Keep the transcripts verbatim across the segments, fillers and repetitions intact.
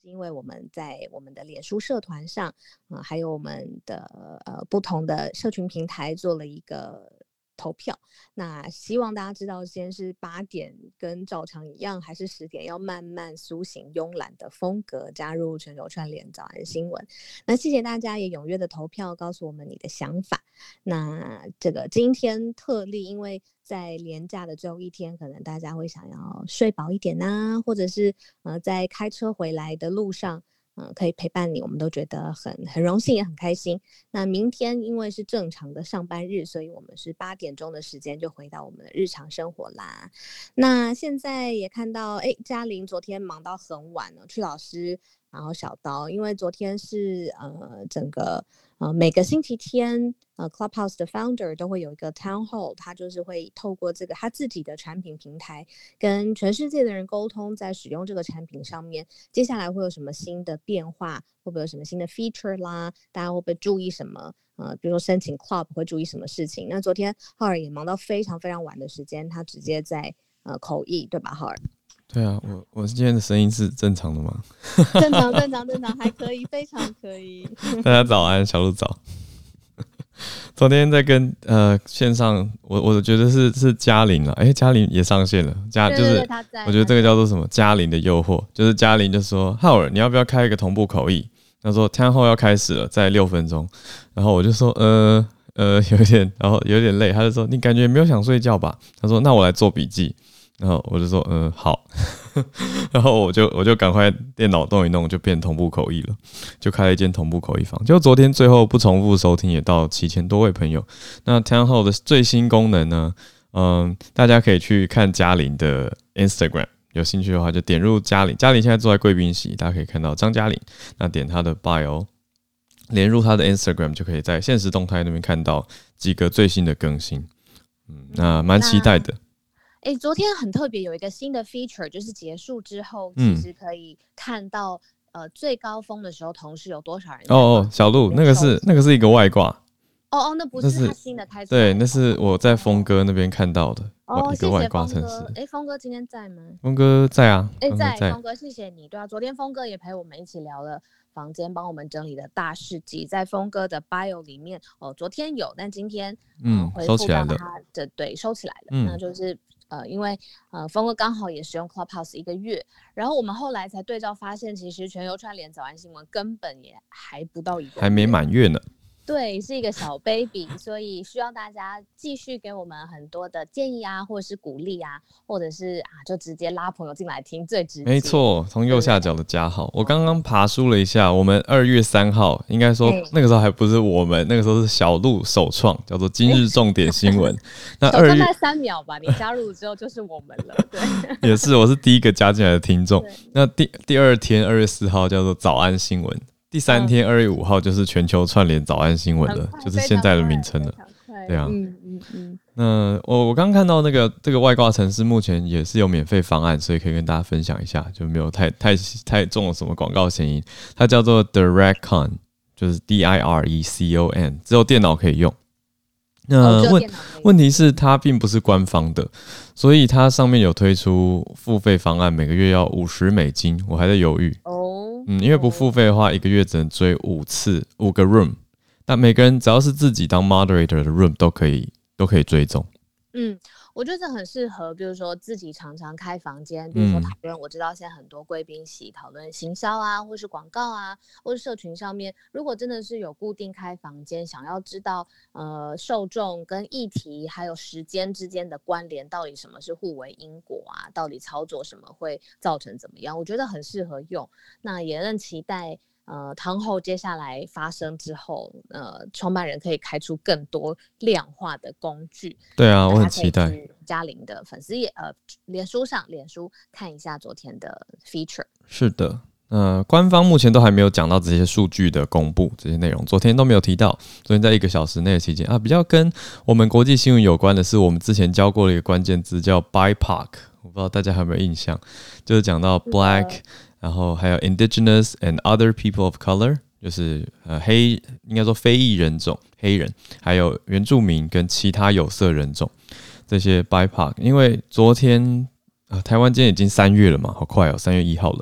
是因为我们在我们的脸书社团上，呃、还有我们的呃不同的社群平台做了一个投票。那希望大家知道，今天是八点，跟照常一样，还是十点要慢慢苏醒慵懒的风格，加入全球串联早安新闻。那谢谢大家也踊跃的投票，告诉我们你的想法。那这个今天特例，因为在连假的最后一天，可能大家会想要睡饱一点啊，或者是呃在开车回来的路上。嗯，可以陪伴你，我们都觉得很很荣幸，也很开心。那明天因为是正常的上班日，所以我们是八点钟的时间就回到我们的日常生活啦。那现在也看到，哎，嘉玲昨天忙到很晚了，曲老师，然后小刀，因为昨天是呃整个呃每个星期天呃 Clubhouse 的 founder 都会有一个 town hall， 他就是会透过这个他自己的产品平台跟全世界的人沟通，在使用这个产品上面，接下来会有什么新的变化，会不会有什么新的 feature 啦，大家会不会注意什么呃，比如说申请 club 会注意什么事情。那昨天浩尔也忙到非常非常晚的时间，他直接在呃口译，对吧，浩尔？ 对啊，我我今天的声音是正常的吗？ 正常正常正常，还可以，非常可以。 大家早安，小鹿早。昨天在跟呃线上，我我觉得是是嘉玲了，哎，嘉玲也上线了，嘉就是我觉得这个叫做什么？嘉玲的诱惑，就是嘉玲就说浩尔，你要不要开一个同步口译？他说天后要开始了，在六分钟，然后我就说呃呃有点，然后有点累，他就说你感觉没有想睡觉吧？他说那我来做笔记。然后我就说嗯好，然后我就我就赶快电脑弄一弄，就变同步口译了，就开了一间同步口译房。就昨天最后不重复收听也到七千多位朋友。那 Town Hall 的最新功能呢，嗯，大家可以去看嘉玲的 Instagram， 有兴趣的话就点入嘉玲。嘉玲现在坐在贵宾席，大家可以看到张嘉玲，那点她的 bio， 连入她的 Instagram 就可以在限时动态那边看到几个最新的更新。嗯，那蛮期待的。 哎，昨天很特别，有一个新的 feature， 就是结束之后，其实可以看到、嗯、呃最高峰的时候，同时有多少人。 哦哦，小鹿，那个是那个是一个外挂。 哦哦，那不是他新的开出来的。对，那是我在峰哥那边看到的、 哦、 一个外挂程式。 哎，峰哥今天在吗？ 峰哥在啊。 哎，在，峰哥，谢谢你。对啊，昨天峰哥也陪我们一起聊了房间，帮我们整理了大事记，在峰哥的 bio 里面哦，昨天有，但今天嗯、呃、 回复到他的对收起来了， 嗯、 那就是。呃，因为呃，峰哥刚好也使用 Clubhouse 一个月，然后我们后来才对照发现，其实全球串联早安新闻根本也还不到一个月， 还没满月呢。 对，是一个小 baby， 所以需要大家继续给我们很多的建议啊，或者是鼓励啊，或者是啊，就直接拉朋友进来听，最直接。 没错，从右下角的加号，我刚刚爬梳了一下，我们二月三号，应该说那个时候还不是我们，那个时候是小鹿首创，叫做今日重点新闻。那二月三秒吧，你加入之后就是我们了，对。 也是，我是第一个加进来的听众。那第第二天二月四号叫做早安新闻。第三天二月五号就是全球串联早安新闻了，就是现在的名称了。对啊，嗯嗯嗯。那我我刚看到那个这个外挂程式目前也是有免费方案，所以可以跟大家分享一下，就没有太太太重了什么广告嫌疑。它叫做 DirectCon， 就是 D I R E C O N， 只有电脑可以用。那问、哦、问题是它并不是官方的，所以它上面有推出付费方案，每个月要五十美金，我还在犹豫。 哦， 嗯，因为不付费的话，一个月只能追五次，五个 room。但每个人只要是自己当 moderator 的 room 都可以，都可以追踪。 嗯，我觉得这很适合，比如说自己常常开房间，比如说讨论、嗯，我知道现在很多贵宾席讨论行销啊，或是广告啊，或是社群上面，如果真的是有固定开房间，想要知道呃受众跟议题还有时间之间的关联，到底什么是互为因果啊？到底操作什么会造成怎么样？我觉得很适合用，那也很期待。呃，汤后接下来发生之后，呃，创办人可以开出更多量化的工具。 对啊，我很期待。 嘉玲的粉丝页，呃，脸书上，脸书看一下昨天的 feature。 是的，呃，官方目前都还没有讲到这些数据的公布，这些内容昨天都没有提到。昨天在一个小时内的期间啊，比较跟我们国际新闻有关的是，我们之前教过的一个关键字叫 B I P O C， 我不知道大家有没有印象，就是讲到 Black。然后还有 indigenous and other people of color， 就是呃黑，应该说非裔人种黑人，还有原住民跟其他有色人种这些 B I P O C。因为昨天、呃、台湾今天已经三月了嘛，好快哦，三月一号了。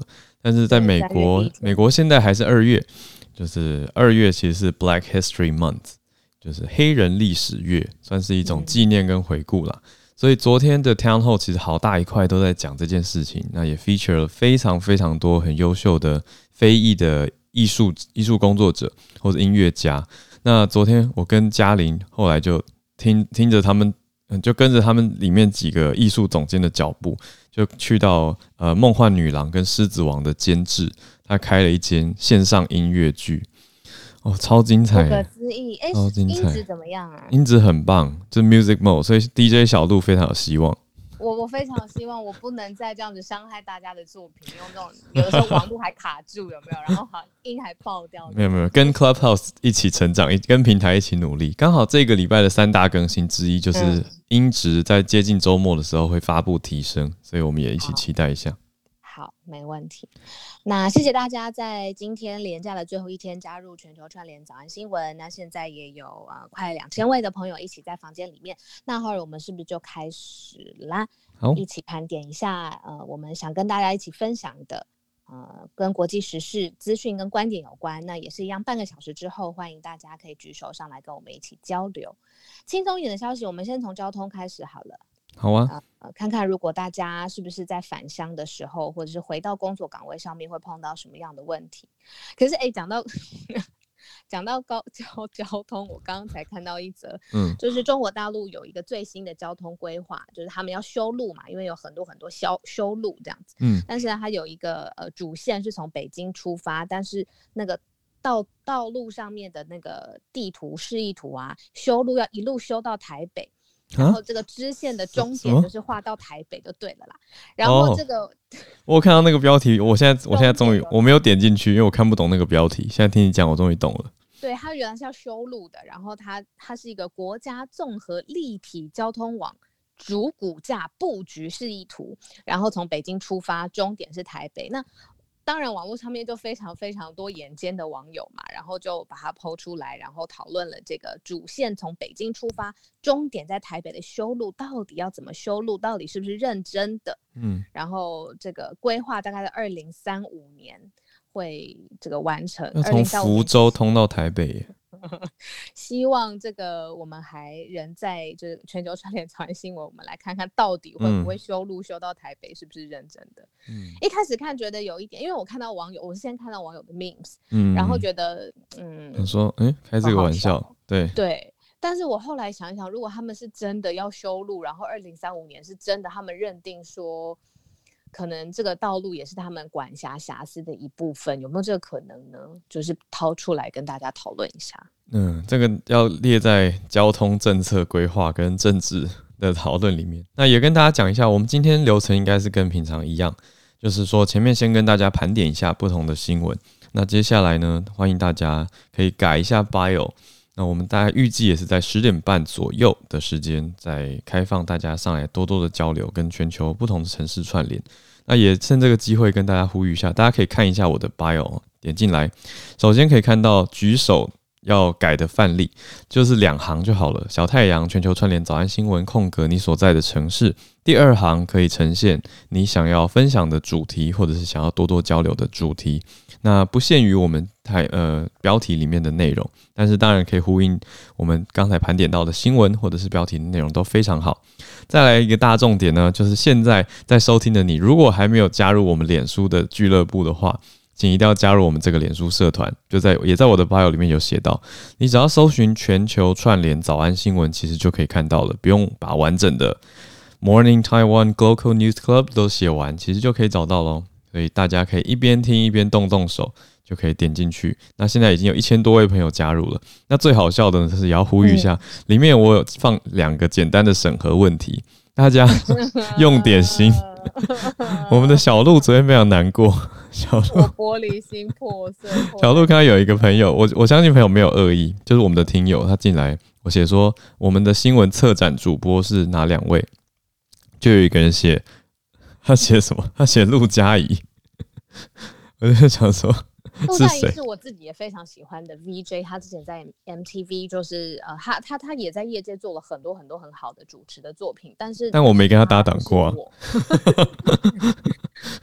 但是在美国，美国现在还是二月，就是二月其实是 Black History Month， 就是黑人历史月，算是一种纪念跟回顾啦。嗯，所以昨天的 Town Hall 其实好大一块都在讲这件事情，那也 feature 了非常非常多很优秀的非裔的艺术艺术工作者或者音乐家。那昨天我跟嘉玲后来就听听着他们，就跟着他们里面几个艺术总监的脚步，就去到呃梦幻女郎跟狮子王的监制，他开了一间线上音乐剧。哦，超精彩！ 不可思议！哎，音质怎么样啊？ 音质很棒，就是 Music Mode， 所以 D J 小鹿非常有希望。 我我非常希望我不能再这样子伤害大家的作品，用这种有的时候网路还卡住，有没有？然后好音还爆掉。 没有没有，跟 Clubhouse 一起成长，跟平台一起努力。刚好这个礼拜的三大更新之一就是音质在接近周末的时候会发布提升，所以我们也一起期待一下。 好，没问题。那谢谢大家在今天连假的最后一天加入全球串联早安新闻。那现在也有呃快两千位的朋友一起在房间里面。那后来我们是不是就开始啦？ 好， 一起盘点一下呃我们想跟大家一起分享的呃跟国际时事资讯跟观点有关。那也是一样，半个小时之后欢迎大家可以举手上来跟我们一起交流。轻松一点的消息，我们先从交通开始好了。 好啊， 呃，看看如果大家是不是在返乡的时候，或者是回到工作岗位上面会碰到什么样的问题。可是哎，讲到讲到高交交通，我刚刚才看到一则，嗯，就是中国大陆有一个最新的交通规划，就是他们要修路嘛，因为有很多很多修修路这样子，嗯，但是它有一个呃主线是从北京出发，但是那个道道路上面的那个地图示意图啊，修路要一路修到台北。然后这个支线的终点就是画到台北就对了啦。然后这个、哦、 我看到那个标题，我现在我现在终于我没有点进去，因为我看不懂那个标题。现在听你讲，我终于懂了。 对，它原来是要修路的，然后它它是一个国家综合立体交通网主骨架布局示意图，然后从北京出发，终点是台北。那当然网络上面就非常非常多眼尖的网友嘛，然后就把它 po 出来，然后讨论了这个主线从北京出发，终点在台北的修路到底要怎么修路，到底是不是认真的，嗯，然后这个规划大概在二零三五年会这个完成， 要从福州通到台北耶。 希望这个我们还人在就是全球串联早安新闻，我们来看看到底会不会修路、嗯、修到台北是不是认真的。嗯，一开始看觉得有一点，因为我看到网友，我是先看到网友的 memes，嗯，然后觉得嗯， 你说哎、欸，开这个玩笑，对对。但是我后来想一想，如果他们是真的要修路，然后二零三五年是真的，他们认定说可能这个道路也是他们管辖辖司的一部分，有没有这个可能呢？就是掏出来跟大家讨论一下。 嗯，这个要列在交通政策规划跟政治的讨论里面。那也跟大家讲一下，我们今天流程应该是跟平常一样，就是说前面先跟大家盘点一下不同的新闻，那接下来呢，欢迎大家可以改一下 bio。那我们大概预计也是在十点半左右的时间，再开放大家上来多多的交流，跟全球不同的城市串联。那也趁这个机会跟大家呼吁一下，大家可以看一下我的 bio， 点进来，首先可以看到举手要改的范例，就是两行就好了。小太阳全球串联早安新闻空格你所在的城市，第二行可以呈现你想要分享的主题，或者是想要多多交流的主题。那不限于我们台呃标题里面的内容，但是当然可以呼应我们刚才盘点到的新闻或者是标题的内容都非常好。再来一个大重点呢，就是现在在收听的你，如果还没有加入我们脸书的俱乐部的话，请一定要加入我们这个脸书社团，就在也在我的 bio 里面有写到，你只要搜寻全球串联早安新闻，其实就可以看到了，不用把完整的 Morning Taiwan Global News Club 都写完，其实就可以找到咯。所以大家可以一边听一边动动手，就可以点进去。那现在已经有一千多位朋友加入了。那最好笑的呢，就是也要呼吁一下，嗯、里面我有放两个简单的审核问题，大家用点心。我们的小鹿昨天非常难过，小鹿玻璃心破碎。 小鹿刚刚有一个朋友，我我相信朋友没有恶意，就是我们的听友，他进来，我写说我们的新闻策展主播是哪两位，就有一个人写。他写什么？他写陆佳怡，我就想说， 陆佳怡是我自己也非常喜欢的 V J， 他之前在 M T V 就是呃，他他他也在业界做了很多很多很好的主持的作品，但是但我没跟他搭档过啊。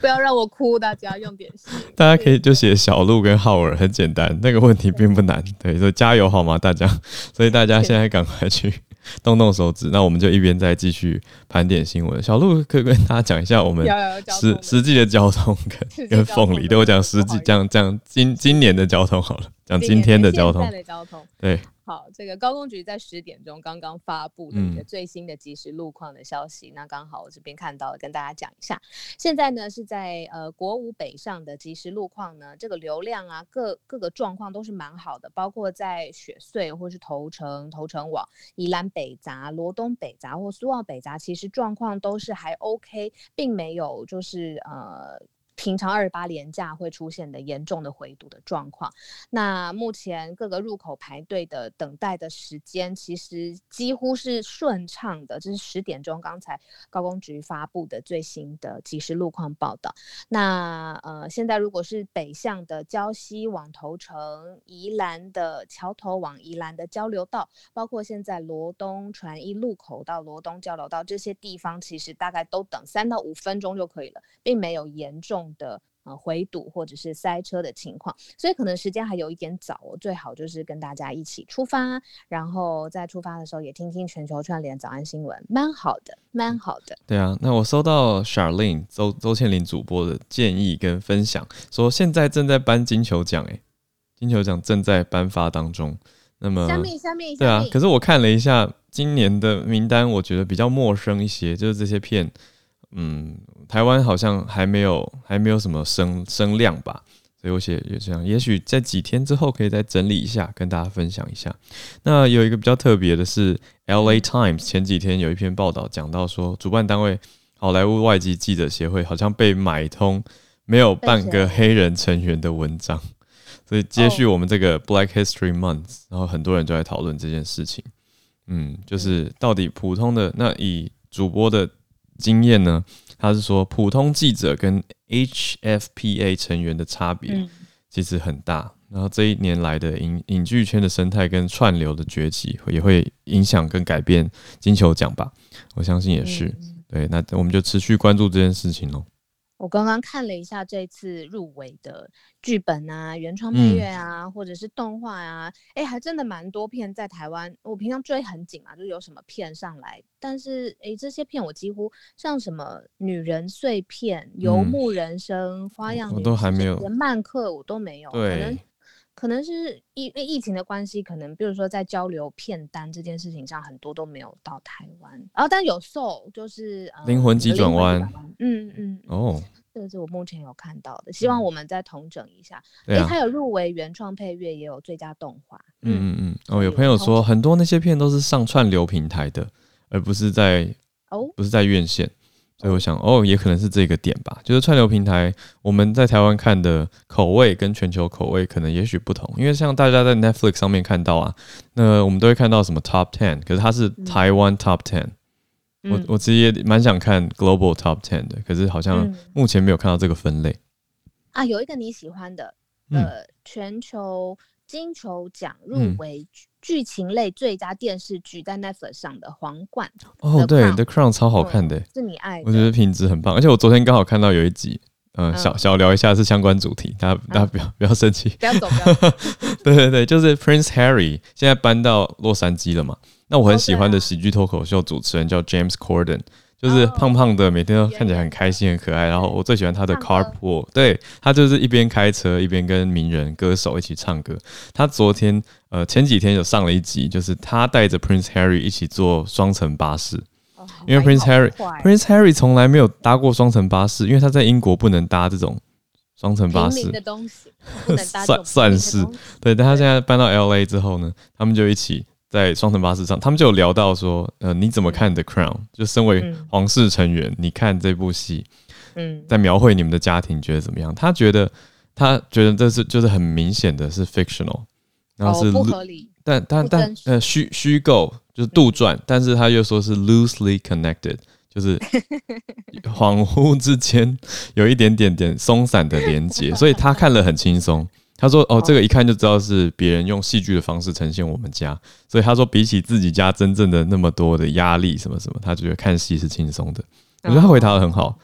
不要让我哭，大家用点心。 大家可以就写小鹿跟浩尔，很简单，那个问题并不难。对，所以加油好吗，大家？所以大家现在赶快去动动手指，那我们就一边再继续盘点新闻。小鹿可以跟大家讲一下我们实实际的交通跟跟凤梨，对我讲实际讲讲今今年的交通好了，讲今天的交通。 现在的交通对。好，这个高工局在十点钟刚刚发布的一个最新的即时路况的消息，嗯、那刚好我这边看到了，跟大家讲一下。现在呢是在呃国五北上的即时路况呢，这个流量啊各各个状况都是蛮好的，包括在雪隧或是头城、头城往宜兰北匝、罗东北匝或苏澳北匝，其实状况都是还 OK， 并没有就是呃。平常二十八连假会出现的严重的回堵的状况，那目前各个入口排队的等待的时间其实几乎是顺畅的，这是十点钟刚才高工局发布的最新的即时路况报道。那呃，现在如果是北向的礁溪往头城、宜兰的桥头往宜兰的交流道，包括现在罗东传艺路口到罗东交流道这些地方，其实大概都等三到五分钟就可以了，并没有严重的呃回堵或者是塞车的情况，所以可能时间还有一点早哦，最好就是跟大家一起出发，然后在出发的时候也听听全球串联早安新闻，蛮好的，蛮好的。 对啊，那我收到 Charlene 周周倩玲主播的建议跟分享，说现在正在颁金球奖，哎，金球奖正在颁发当中。那么， 下面下面对啊，可是我看了一下今年的名单，我觉得比较陌生一些，就是这些片。嗯，台湾好像还没有还没有什么声声量吧，所以我写也这样，也许在几天之后可以再整理一下，跟大家分享一下。那有一个比较特别的是 ，L A Times 前几天有一篇报道讲到说，主办单位好莱坞外籍记者协会好像被买通，没有半个黑人成员的文章，所以接续我们这个 Black History Month， 然后很多人就在讨论这件事情。嗯，就是到底普通的那以主播的经验呢，他是说普通记者跟 H F P A 成员的差别其实很大，然后这一年来的影影剧圈的生态跟串流的崛起也会影响跟改变金球奖吧，我相信也是。对，那我们就持续关注这件事情咯。 我刚刚看了一下这次入围的剧本啊、原创配乐啊，嗯、或者是动画啊，哎，还真的蛮多片在台湾。我平常追很紧嘛，就有什么片上来，但是哎，这些片我几乎像什么《女人碎片》、《游牧人生》、嗯、花样年， 我都还没有， 漫客我都没有， 对， 可能可能是疫疫情的关系，可能比如说在交流片单这件事情上，很多都没有到台湾。然后，但有 Soul 就是灵魂急转弯， 嗯嗯哦， 这个是我目前有看到的，希望我们再统整一下。哎、啊，它有入围原创配乐，也有最佳动画。 嗯嗯嗯。哦，有朋友说很多那些片都是上串流平台的，而不是在哦，不是在院线。所以我想，哦，也可能是这个点吧，就是串流平台，我们在台湾看的口味跟全球口味可能也许不同，因为像大家在 Netflix 上面看到啊，那我们都会看到什么 Top Ten， 可是它是台湾 Top Ten，、嗯、我我其实也蛮想看 Global Top Ten 的，可是好像目前没有看到这个分类。嗯、 啊，有一个你喜欢的，呃，全球金球奖入围剧情类最佳电视剧，在 Netflix 上的《皇冠》 哦，对 ，The Crown 超好看的、嗯， 是你爱的， 我觉得品质很棒，而且我昨天刚好看到有一集，呃、嗯，小小聊一下是相关主题，大家、嗯、大家不要不要生气， 不要走，不要走。 对对对，就是 Prince Harry 现在搬到洛杉矶了嘛，那我很喜欢的喜剧脱口秀主持人叫 James Corden。就是胖胖的，每天都看起来很开心、很可爱。然后我最喜欢他的 Carpool， 对，他就是一边开车一边跟名人歌手一起唱歌。他昨天呃前几天有上了一集，就是他带着 Prince Harry 一起坐双层巴士，哦、因为 Prince Harry Prince Harry 从来没有搭过双层巴士，因为他在英国不能搭这种双层巴士， 平民的东西不能搭算算是对。但他现在搬到 L A 之后呢，他们就一起。在双层巴士上，他们就有聊到说，呃，你怎么看 The Crown？ 就身为皇室成员，嗯、你看这部戏，嗯，在描绘你们的家庭，觉得怎么样？他觉得，他觉得这是就是很明显的是 fictional， 然后是、哦、 不合理， 但但但呃虚虚构就是杜撰、嗯，但是他又说是 loosely connected， 就是恍惚之间有一点点点松散的连接，所以他看了很轻松。他说：“哦，这个一看就知道是别人用戏剧的方式呈现我们家，所以他说比起自己家真正的那么多的压力什么什么，他觉得看戏是轻松的。我觉得他回答得很好，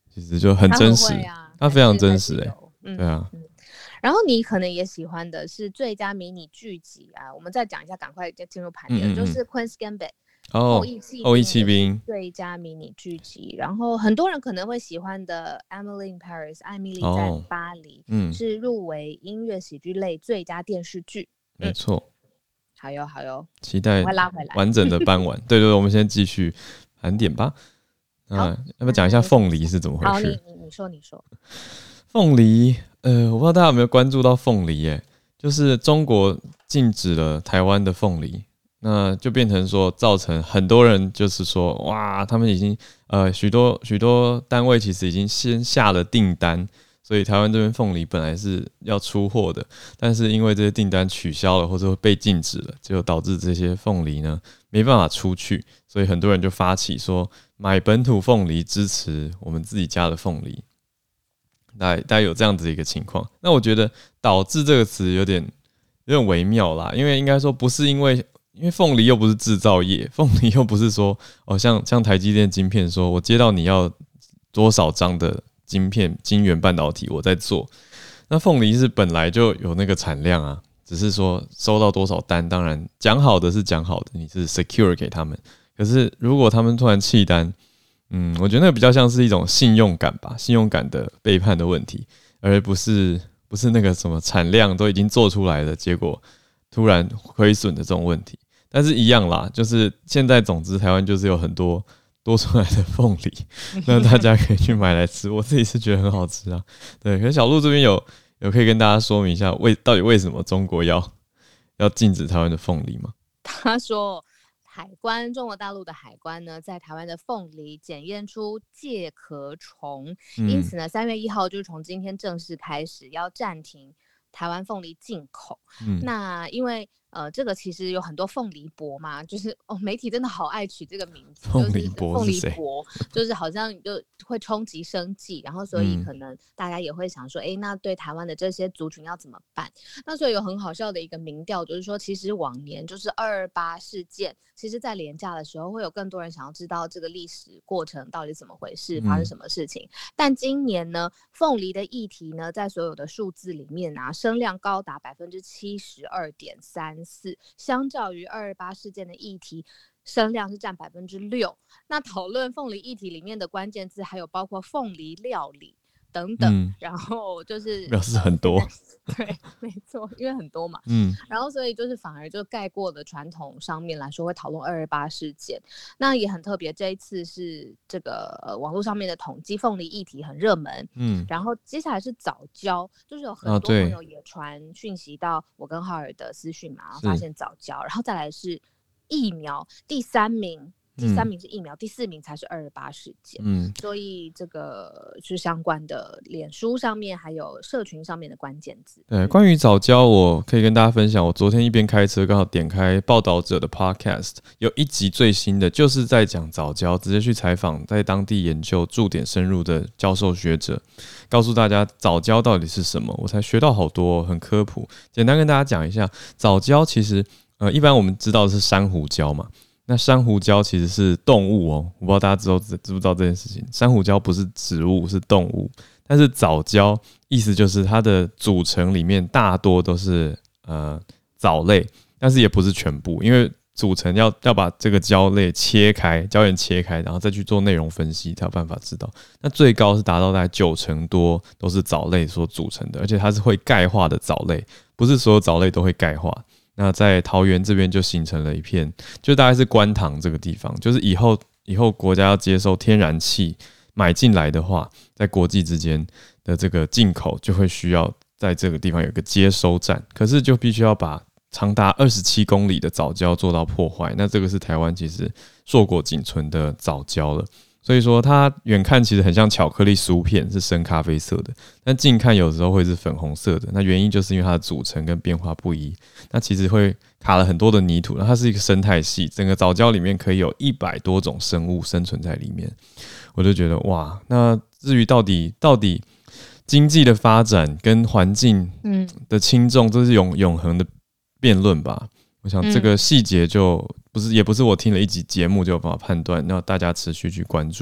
其实就很真实， 啊、 它非常真实哎、欸嗯，对啊、 嗯。然后你可能也喜欢的是最佳迷你剧集啊，我们再讲一下，赶快就进入盘点，嗯嗯嗯就是 Queen's Gambit。 哦，后羿弃兵最佳迷你剧集，然后很多人可能会喜欢的《Emily in Paris》艾米丽在巴黎、哦嗯、是入围音乐喜剧类最佳电视剧， 没错、嗯， 好哟好哟， 期待完整的傍晚。对对对，我们先继续盘点吧。啊，要不要讲一下凤梨是怎么回事？ 好，你你你说你说。 凤梨，呃，我不知道大家有没有关注到凤梨耶，就是中国禁止了台湾的凤梨。那就变成说，造成很多人就是说，哇，他们已经呃许多许多单位其实已经先下了订单，所以台湾这边凤梨本来是要出货的，但是因为这些订单取消了或者被禁止了，就导致这些凤梨呢没办法出去，所以很多人就发起说买本土凤梨，支持我们自己家的凤梨，大概大概有这样子的一个情况。那我觉得导致这个词有点有点微妙啦，因为应该说不是因为。因为凤梨又不是制造业，凤梨又不是说哦，像像台积电晶片说，我接到你要多少张的晶片晶圆半导体，我在做。那凤梨是本来就有那个产量啊，只是说收到多少单，当然讲好的是讲好的，你是 secure 给他们。可是如果他们突然弃单，嗯，我觉得那个比较像是一种信用感吧，信用感的背叛的问题，而不是不是那个什么产量都已经做出来了，结果突然亏损的这种问题。但是一样啦，就是现在总之台湾就是有很多多出来的凤梨，那大家可以去买来吃。我自己是觉得很好吃啊，对。可是小鹿这边有有可以跟大家说明一下，为到底为什么中国要要禁止台湾的凤梨吗？ 他说，海关中国大陆的海关呢，在台湾的凤梨检验出介壳虫，嗯、因此呢，三月一号就是从今天正式开始要暂停台湾凤梨进口。嗯、那因为呃，这个其实有很多凤梨伯嘛，就是哦，媒体真的好爱取这个名字， 凤梨伯是谁？ 凤梨伯就是好像就会冲击生计，然后所以可能大家也会想说，哎、嗯，那对台湾的这些族群要怎么办？那所以有很好笑的一个民调，就是说，其实往年就是二二八事件，其实在连假的时候会有更多人想要知道这个历史过程到底怎么回事，发生什么事情。嗯、但今年呢，凤梨的议题呢，在所有的数字里面啊，声量高达百分之七十二点三。相较于二二八事件的议题，声量是占百分之六。那讨论凤梨议题里面的关键字还有包括凤梨料理等等，嗯、然后就是表示很多， 对，没错，因为很多嘛，嗯，然后所以就是反而就盖过的传统上面来说会讨论二二八事件。那也很特别，这一次是这个、呃、网络上面的统计，凤梨议题很热门，嗯，然后接下来是早教，就是有很多朋友也传讯息到我跟浩尔的私讯嘛，然后发现早教，然后再来是疫苗，第三名。第三名是疫苗，嗯、第四名才是二二八事件。嗯，所以这个是相关的脸书上面还有社群上面的关键字。 对，关于早教，我可以跟大家分享。我昨天一边开车，刚好点开报道者的 podcast， 有一集最新的，就是在讲早教，直接去采访在当地研究、驻点深入的教授学者，告诉大家早教到底是什么。我才学到好多，很科普。简单跟大家讲一下，早教其实呃，一般我们知道的是珊瑚礁嘛。那珊瑚礁其实是动物哦，我不知道大家知道知不知道这件事情。珊瑚礁不是植物，是动物。但是藻礁意思就是它的组成里面大多都是呃藻类，但是也不是全部，因为组成要要把这个礁类切开，礁岩切开，然后再去做内容分析，才有办法知道。那最高是达到大概九成多都是藻类所组成的，而且它是会钙化的藻类，不是所有藻类都会钙化。那在桃园这边就形成了一片，就大概是观塘这个地方，就是以后以后国家要接受天然气买进来的话，在国际之间的这个进口就会需要在这个地方有一个接收站，可是就必须要把长达二十七公里的藻礁做到破坏，那这个是台湾其实硕果仅存的藻礁了。所以说它远看其实很像巧克力酥片，是深咖啡色的，但近看有时候会是粉红色的。那原因就是因为它的组成跟变化不一，那其实会卡了很多的泥土。那它是一个生态系，整个藻礁里面可以有一百多种生物生存在里面。我就觉得哇，那至于到底到底经济的发展跟环境的轻重，这是永永恒的辩论吧。我想这个细节就不是，也不是我听了一集节目就有办法判断，那大家持续去关注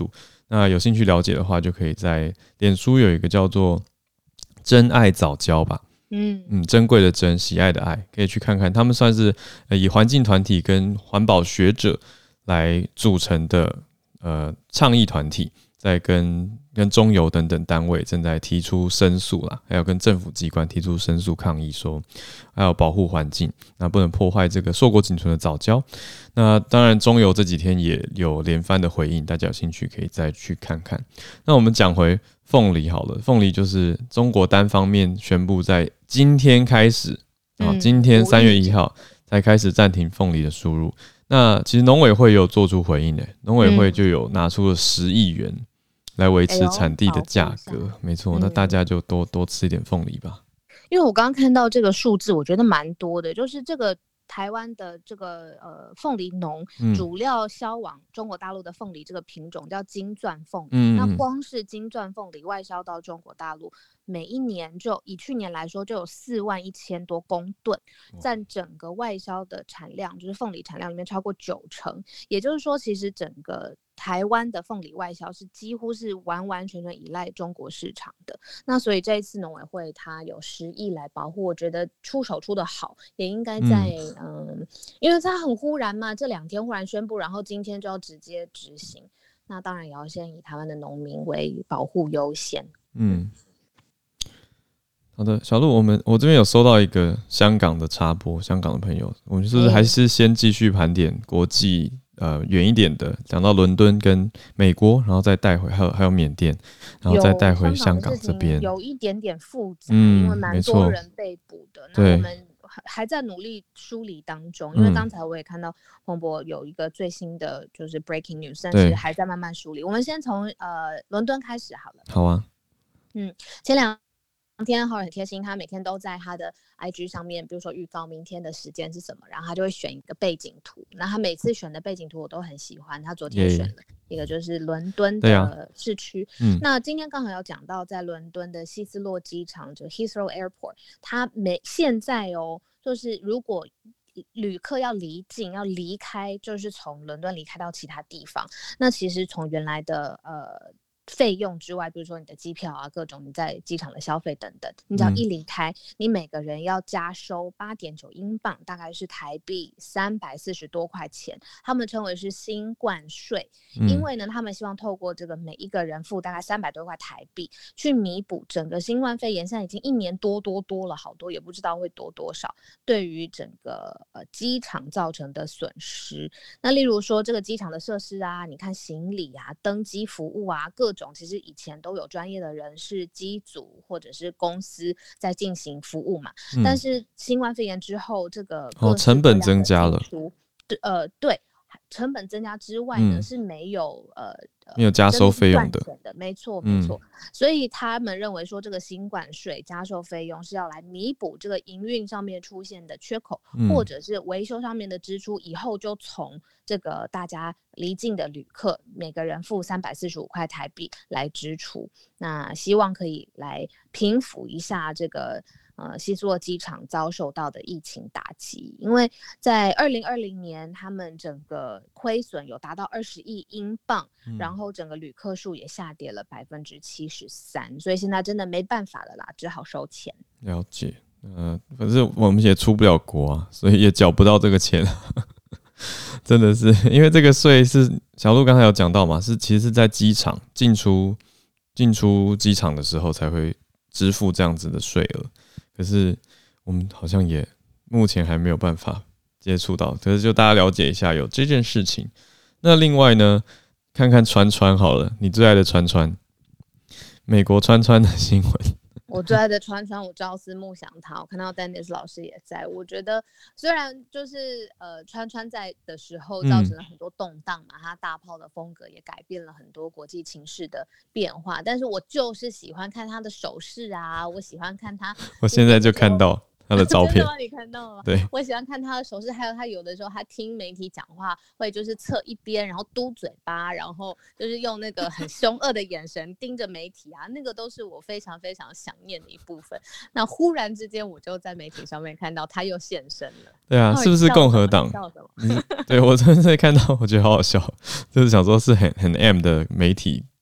那有兴趣了解的话，就可以在脸书有一个叫做真爱早教吧。嗯嗯，珍贵的珍，喜爱的爱，可以去看看。他们算是以环境团体跟环保学者来组成的呃倡议团体，在跟跟中油等等单位正在提出申诉啦，还有跟政府机关提出申诉抗议说，还有保护环境，那不能破坏这个硕果仅存的藻礁。那当然，中油这几天也有连番的回应，大家有兴趣可以再去看看。那我们讲回凤梨好了，凤梨就是中国单方面宣布在今天开始，啊、嗯，今天三月一号才开始暂停凤梨的输入。那其实农委会也有做出回应诶，农委会就有拿出了十亿元来维持产地的价格，没错、嗯，那大家就多多吃一点凤梨吧。 因为我刚刚看到这个数字，我觉得蛮多的，就是这个台湾的这个呃凤梨农主料销往中国大陆的凤梨这个品种叫金钻凤梨、嗯，那光是金钻凤梨外销到中国大陆，每一年就以去年来说就有四万一千多公吨，占整个外销的产量，就是凤梨产量里面超过九成，也就是说，其实整个台湾的凤梨外销是几乎是完完全全依赖中国市场的。那所以这一次农委会它有十亿来保护，我觉得出手出的好，也应该在 嗯, 嗯，因为它很忽然嘛，这两天忽然宣布，然后今天就要直接执行，那当然也要先以台湾的农民为保护优先。嗯， 好的，小鹿，我们我这边有收到一个香港的插播，香港的朋友，我们是不是还是先继续盘点国际？呃，远一点的，讲到伦敦跟美国，然后再带回，还有还有缅甸，然后再带回香港这边， 有一点点复杂，嗯、因为蛮多人被捕的。那我们还在努力梳理当中，因为刚才我也看到彭博有一个最新的就是 breaking news， 但是还在慢慢梳理。我们先从呃伦敦开始好了。 好啊。 嗯，前两天浩很贴心，他每天都在他的 I G 上面，比如说预告明天的时间是什么，然后他就会选一个背景图。那他每次选的背景图我都很喜欢，他昨天选了一个就是伦敦的市区、啊嗯。那今天刚好要讲到在伦敦的希斯洛机场，就 Heathrow Airport， 他每现在哦，就是如果旅客要离境要离开，就是从伦敦离开到其他地方，那其实从原来的呃费用之外，比如说你的机票啊，各种你在机场的消费等等，你只要一离开、嗯、你每个人要加收 八点九英镑，大概是台币三百四十多块钱，他们称为是新冠税、嗯、因为呢他们希望透过这个每一个人付大概三百多块台币去弥补整个新冠肺炎，现在已经一年多多多了好多，也不知道会多多少对于整个呃机场造成的损失。那例如说这个机场的设施啊，你看行李啊、登机服务啊，各种其实以前都有专业的人士、机组或者是公司在进行服务嘛、嗯、但是新冠肺炎之后这个哦成本增加了， 对呃对成本增加之外呢、嗯、是没有呃没有加收费用的， 没错没错、嗯，所以他们认为说这个新冠税加收费用是要来弥补这个营运上面出现的缺口、嗯、或者是维修上面的支出，以后就从这个大家离境的旅客每个人付三百四十五块台币来支出，那希望可以来平抚一下这个呃，希斯洛机场遭受到的疫情打击，因为在二零二零年他们整个亏损有达到二十亿英镑、嗯、然后整个旅客数也下跌了百分之七十三，所以现在真的没办法了啦，只好收钱。 了解，呃，可是我们也出不了国啊，所以也缴不到这个钱真的是因为这个税是小鹿刚才有讲到嘛，是其实是在机场进出进出机场的时候才会支付这样子的税额，可是我们好像也目前还没有办法接触到，可是就大家了解一下有这件事情。那另外呢，看看川川好了，你最爱的川川，美国川川的新闻。 我最爱的川川，我朝思暮想他，我看到 Dennis 老师也在。我觉得虽然就是呃川川在的时候造成了很多动荡嘛、嗯，他大炮的风格也改变了很多国际情势的变化，但是我就是喜欢看他的手势啊，我喜欢看他。 我现在就看到他的照片。真的吗？你看到了？ 对， 我喜欢看他的手势，还有他有的时候他听媒体讲话会就是侧一边，然后嘟嘴巴，然后就是用那个很凶恶的眼神盯着媒体啊，那个都是我非常非常想念的一部分。那忽然之间我就在媒体上面看到他又现身了。 对啊，是不是共和党？对，我真的看到，我觉得好好笑，就是想说是很很 M 的媒体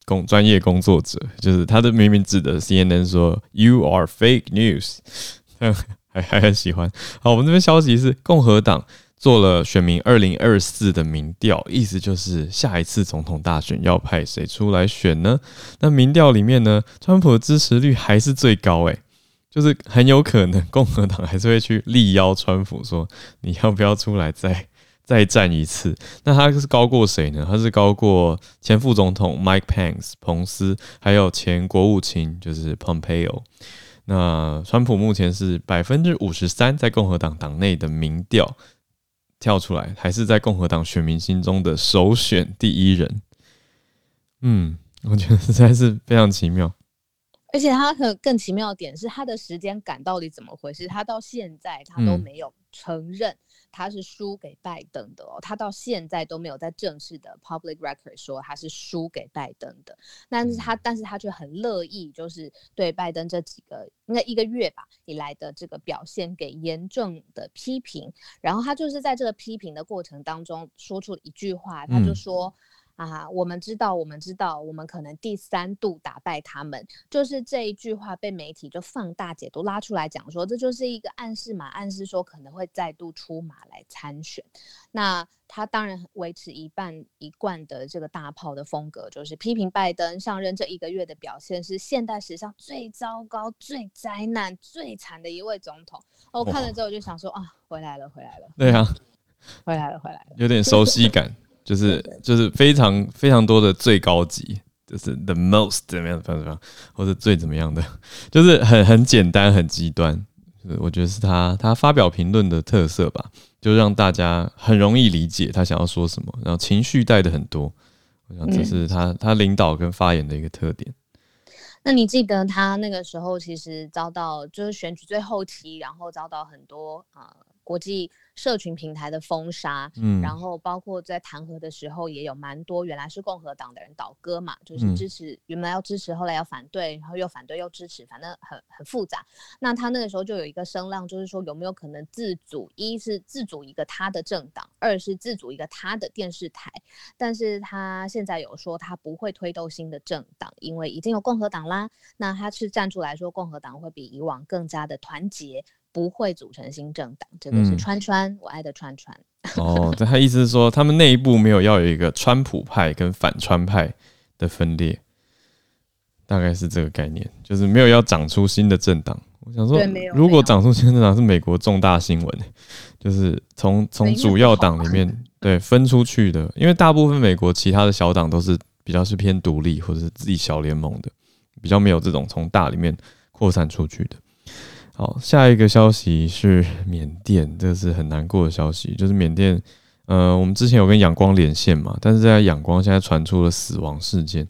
工专业工作者，就是他的明明指的 C N N 说 You are fake news， 还还很喜欢。好，我们这边消息是共和党做了选民二零二四的民调，意思就是下一次总统大选要派谁出来选呢？那民调里面呢，川普的支持率还是最高诶、欸，就是很有可能共和党还是会去力邀川普说你要不要出来再再战一次。那他是高过谁呢？他是高过前副总统 Mike Pence 彭斯，还有前国务卿就是 Pompeo。那川普目前是 百分之五十三 在共和党党内的民调跳出来，还是在共和党选民心中的首选第一人。嗯，我觉得实在是非常奇妙。 而且他更奇妙的点是他的时间感到底怎么回事，他到现在他都没有承认他是输给拜登的哦，他到现在都没有在正式的 public record 说他是输给拜登的，但是他但是他却很乐意就是对拜登这几个应该一个月吧以来的这个表现给严重的批评，然后他就是在这个批评的过程当中说出了一句话，他就说、嗯啊，我们知道，我们知道，我们可能第三度打败他们，就是这一句话被媒体就放大解读拉出来讲说，这就是一个暗示嘛，暗示说可能会再度出马来参选。那他当然维持一半一贯的这个大炮的风格，就是批评拜登上任这一个月的表现是现代史上最糟糕、最灾难、最惨的一位总统。我看了之后就想说啊，回来了，回来了。 对啊， 回来了，回来了， 有点熟悉感。就是就是非常非常多的最高级，就是 the most 怎么样怎么样，或者最怎么样的，就是很很简单很极端。我觉得是他他发表评论的特色吧，就让大家很容易理解他想要说什么，然后情绪带的很多。我想这是他、嗯、他领导跟发言的一个特点。 那你记得他那个时候其实遭到就是选举最后期，然后遭到很多啊、呃、国际社群平台的封杀，嗯，然后包括在弹劾的时候也有蛮多原来是共和党的人倒戈嘛，就是支持、嗯、原来要支持，后来要反对，然后又反对又支持，反正很很复杂。那他那个时候就有一个声浪，就是说有没有可能自组，一是自组一个他的政党，二是自组一个他的电视台。但是他现在有说他不会推动新的政党，因为已经有共和党啦。那他是站出来说共和党会比以往更加的团结，不会组成新政党。这个是川川、嗯、我爱的川川。 哦，他意思是说他们内部没有要有一个川普派跟反川派的分裂，大概是这个概念，就是没有要长出新的政党。我想说如果长出新的政党是美国重大新闻，就是从从主要党里面对分出去的，因为大部分美国其他的小党都是比较是偏独立或者是自己小联盟的，比较没有这种从大里面扩散出去的。好，下一个消息是缅甸，这是很难过的消息，就是缅甸，呃，我们之前有跟仰光连线嘛，但是在仰光现在传出了死亡事件，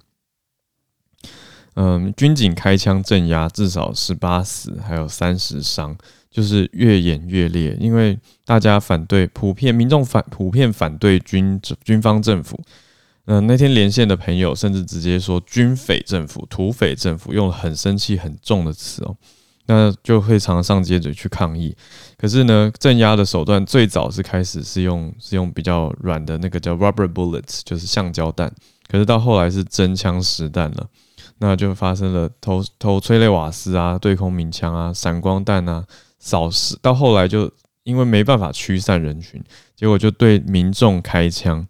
嗯，军警开枪镇压，至少十八死，还有三十伤，就是越演越烈，因为大家反对，普遍民众反普遍反对军军方政府。嗯、呃，那天连线的朋友甚至直接说军匪政府、土匪政府，用了很生气、很重的词哦。那就会常常上街者去抗议。可是呢，镇压的手段最早是开始是用是用比较软的那个叫 rubber bullets， 就是橡胶弹。可是到后来是真枪实弹了，那就发生了投投催泪瓦斯啊、对空鸣枪啊、闪光弹啊、扫视。到后来就因为没办法驱散人群，结果就对民众开枪。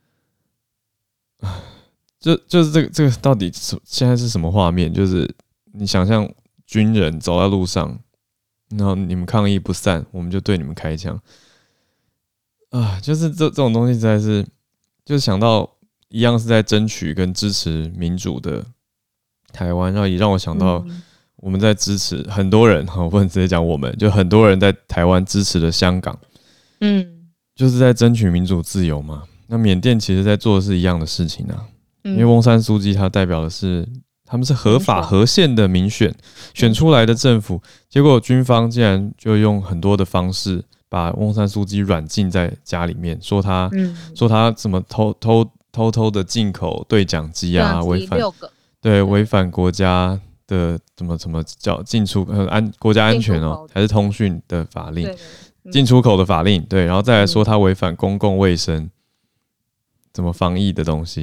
就就是这个这个到底现在是什么画面？就是你想象军人走在路上，然后你们抗议不散，我们就对你们开枪啊！就是这这种东西实在是，就是想到一样是在争取跟支持民主的台湾，然后也让我想到我们在支持很多人，我不能直接讲我们，就很多人在台湾支持的香港，嗯，就是在争取民主自由嘛。那缅甸其实在做的是一样的事情啊，因为翁山苏姬他代表的是他们是合法合宪的民选选出来的政府，结果军方竟然就用很多的方式把翁山苏姬软禁在家里面，说他、嗯、说他怎么偷偷偷偷的进口对讲机啊，违反对违反国家的怎么怎么叫进出呃安国家安全哦，还是通讯的法令，进出口的法令对，然后再来说他违反公共卫生。怎么防疫的东西，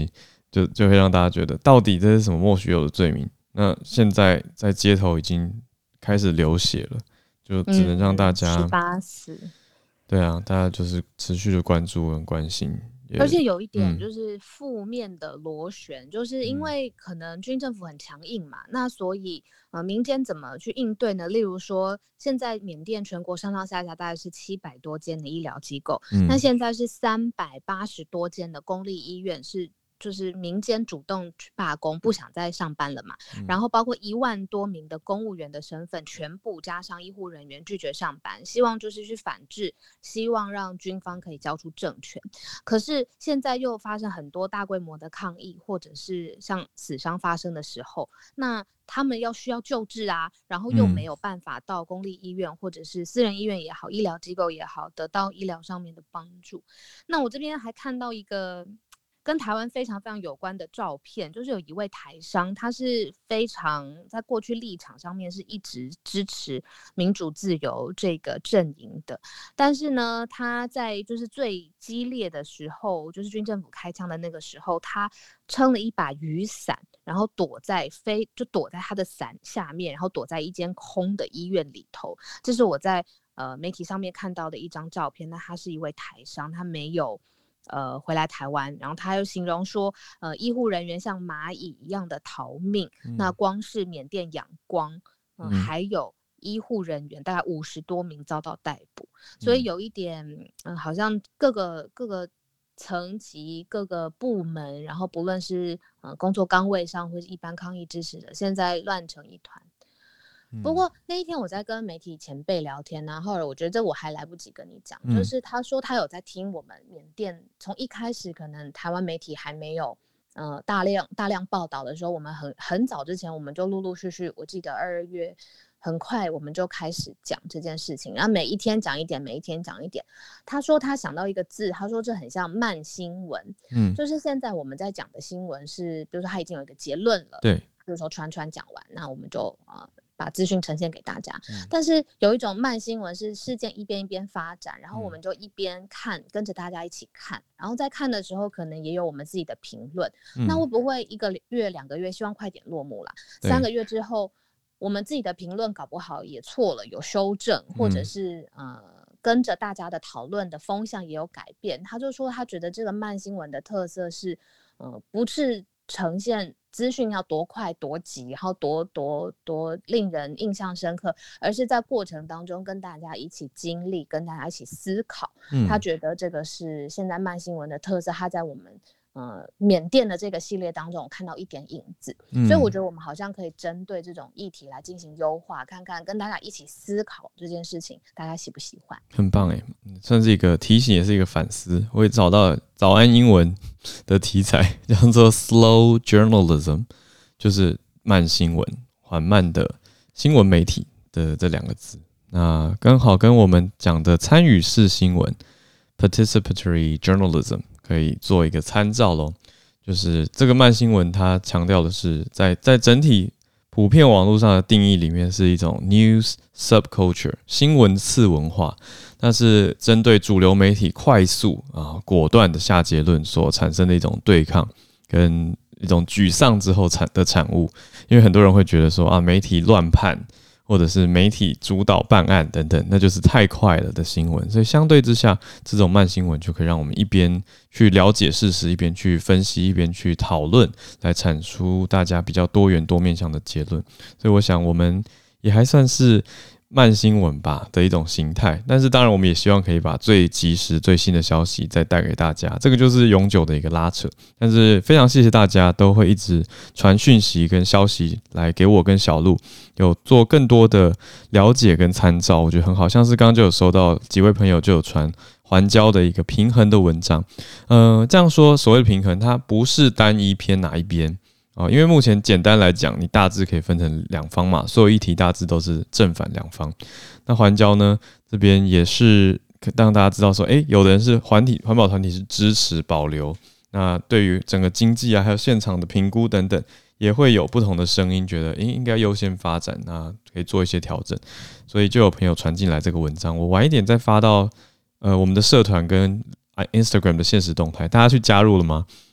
就就会让大家觉得到底这是什么莫须有的罪名。那现在在街头已经开始流血了，就只能让大家十八死。 对啊，大家就是持续的关注跟关心。 而且有一点就是负面的螺旋、嗯、就是因为可能军政府很强硬嘛、嗯、那所以呃民间怎么去应对呢？例如说现在缅甸全国上上下下大概是七百多间的医疗机构、嗯、那现在是三百八十多间的公立医院是就是民间主动去罢工，不想再上班了嘛、嗯、然后包括一万多名的公务员的身份全部加上医护人员拒绝上班，希望就是去反制，希望让军方可以交出政权。可是现在又发生很多大规模的抗议，或者是像死伤发生的时候，那他们要需要救治啊，然后又没有办法到公立医院或者是私人医院也好，医疗机构也好，得到医疗上面的帮助。那我这边还看到一个跟台湾非常非常有关的照片，就是有一位台商，他是非常在过去立场上面是一直支持民主自由这个阵营的，但是呢他在就是最激烈的时候，就是军政府开枪的那个时候，他撑了一把雨伞，然后躲在非就躲在他的伞下面，然后躲在一间空的医院里头。这是我在呃媒体上面看到的一张照片。那他是一位台商，他没有呃，回来台湾，然后他又形容说，呃，医护人员像蚂蚁一样的逃命。嗯、那光是缅甸仰光，呃、嗯，还有医护人员大概五十多名遭到逮捕，所以有一点，嗯、呃，好像各个各个层级、各个部门，然后不论是呃工作岗位上或是一般抗议支持者，现在乱成一团。不过那一天我在跟媒体前辈聊天啊，后来我觉得这我还来不及跟你讲、嗯、就是他说他有在听我们缅甸从一开始可能台湾媒体还没有呃大量大量报道的时候，我们很很早之前我们就陆陆续续，我记得二月很快我们就开始讲这件事情，然后每一天讲一点，每一天讲一点。他说他想到一个字，他说这很像慢新闻，嗯，就是现在我们在讲的新闻是，比如说他已经有一个结论了， 对， 比如说川川讲完，那我们就呃把资讯呈现给大家、嗯、但是有一种慢新闻是事件一边一边发展，然后我们就一边看，跟着大家一起看，然后在看的时候可能也有我们自己的评论、嗯、那会不会一个月两个月希望快点落幕啦，三个月之后我们自己的评论搞不好也错了，有修正，或者是、嗯、呃跟着大家的讨论的风向也有改变。他就说他觉得这个慢新闻的特色是呃不是呈现资讯要多快多急，然后多多多令人印象深刻，而是在过程当中跟大家一起经历，跟大家一起思考、嗯、他觉得这个是现在慢新闻的特色，他在我们呃缅甸的这个系列当中看到一点影子、嗯、所以我觉得我们好像可以针对这种议题来进行优化，看看跟大家一起思考这件事情大家喜不喜欢。 很棒耶，算是一个提醒也是一个反思。我也找到早安英文的题材叫做 slow journalism， 就是慢新闻，缓慢的新闻媒体的这两个字，那刚好跟我们讲的参与式新闻 participatory journalism可以做一个参照咯。就是这个慢新闻它强调的是在在整体普遍网络上的定义里面是一种 news subculture 新闻次文化，那是针对主流媒体快速啊果断的下结论所产生的一种对抗跟一种沮丧之后产的产物。因为很多人会觉得说啊媒体乱判或者是媒体主导办案等等，那就是太快了的新闻，所以相对之下这种慢新闻就可以让我们一边去了解事实，一边去分析，一边去讨论，来产出大家比较多元多面向的结论。所以我想我们也还算是慢新闻吧的一种形态，但是当然我们也希望可以把最及时最新的消息再带给大家，这个就是永久的一个拉扯。但是非常谢谢大家都会一直传讯息跟消息来给我跟小鹿，有做更多的了解跟参照，我觉得很好。像是刚刚就有收到几位朋友就有传环交的一个平衡的文章，呃，这样说所谓的平衡它不是单一偏哪一边，因为目前简单来讲你大致可以分成两方嘛，所有议题大致都是正反两方。那环交呢这边也是让大家知道说，诶，有的人是环体环保团体是支持保留，那对于整个经济啊还有现场的评估等等也会有不同的声音，觉得诶应该优先发展，那可以做一些调整。所以就有朋友传进来这个文章，我晚一点再发到呃我们的社团跟 Instagram 的限时动态，大家去加入了吗？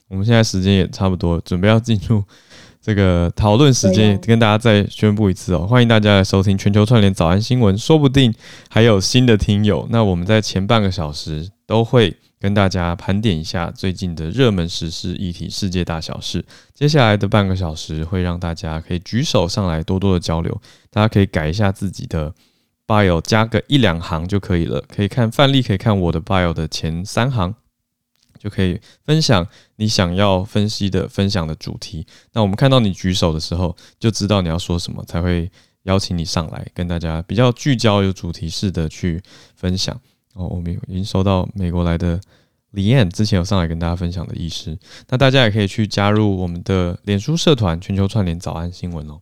我们现在时间也差不多，准备要进入这个讨论时间，跟大家再宣布一次哦，欢迎大家来收听全球串联早安新闻，说不定还有新的听友。那我们在前半个小时都会跟大家盘点一下最近的热门时事议题、世界大小事。接下来的半个小时会让大家可以举手上来多多的交流，大家可以改一下自己的 bio， 加个一两行就可以了。可以看范例，可以看我的 bio 的前三行，就可以分享你想要分析的分享的主题。那我们看到你举手的时候，就知道你要说什么，才会邀请你上来跟大家比较聚焦、有主题式的去分享。哦，我们已经收到美国来的李安之前有上来跟大家分享的医师，那大家也可以去加入我们的脸书社团全球串联早安新闻哦。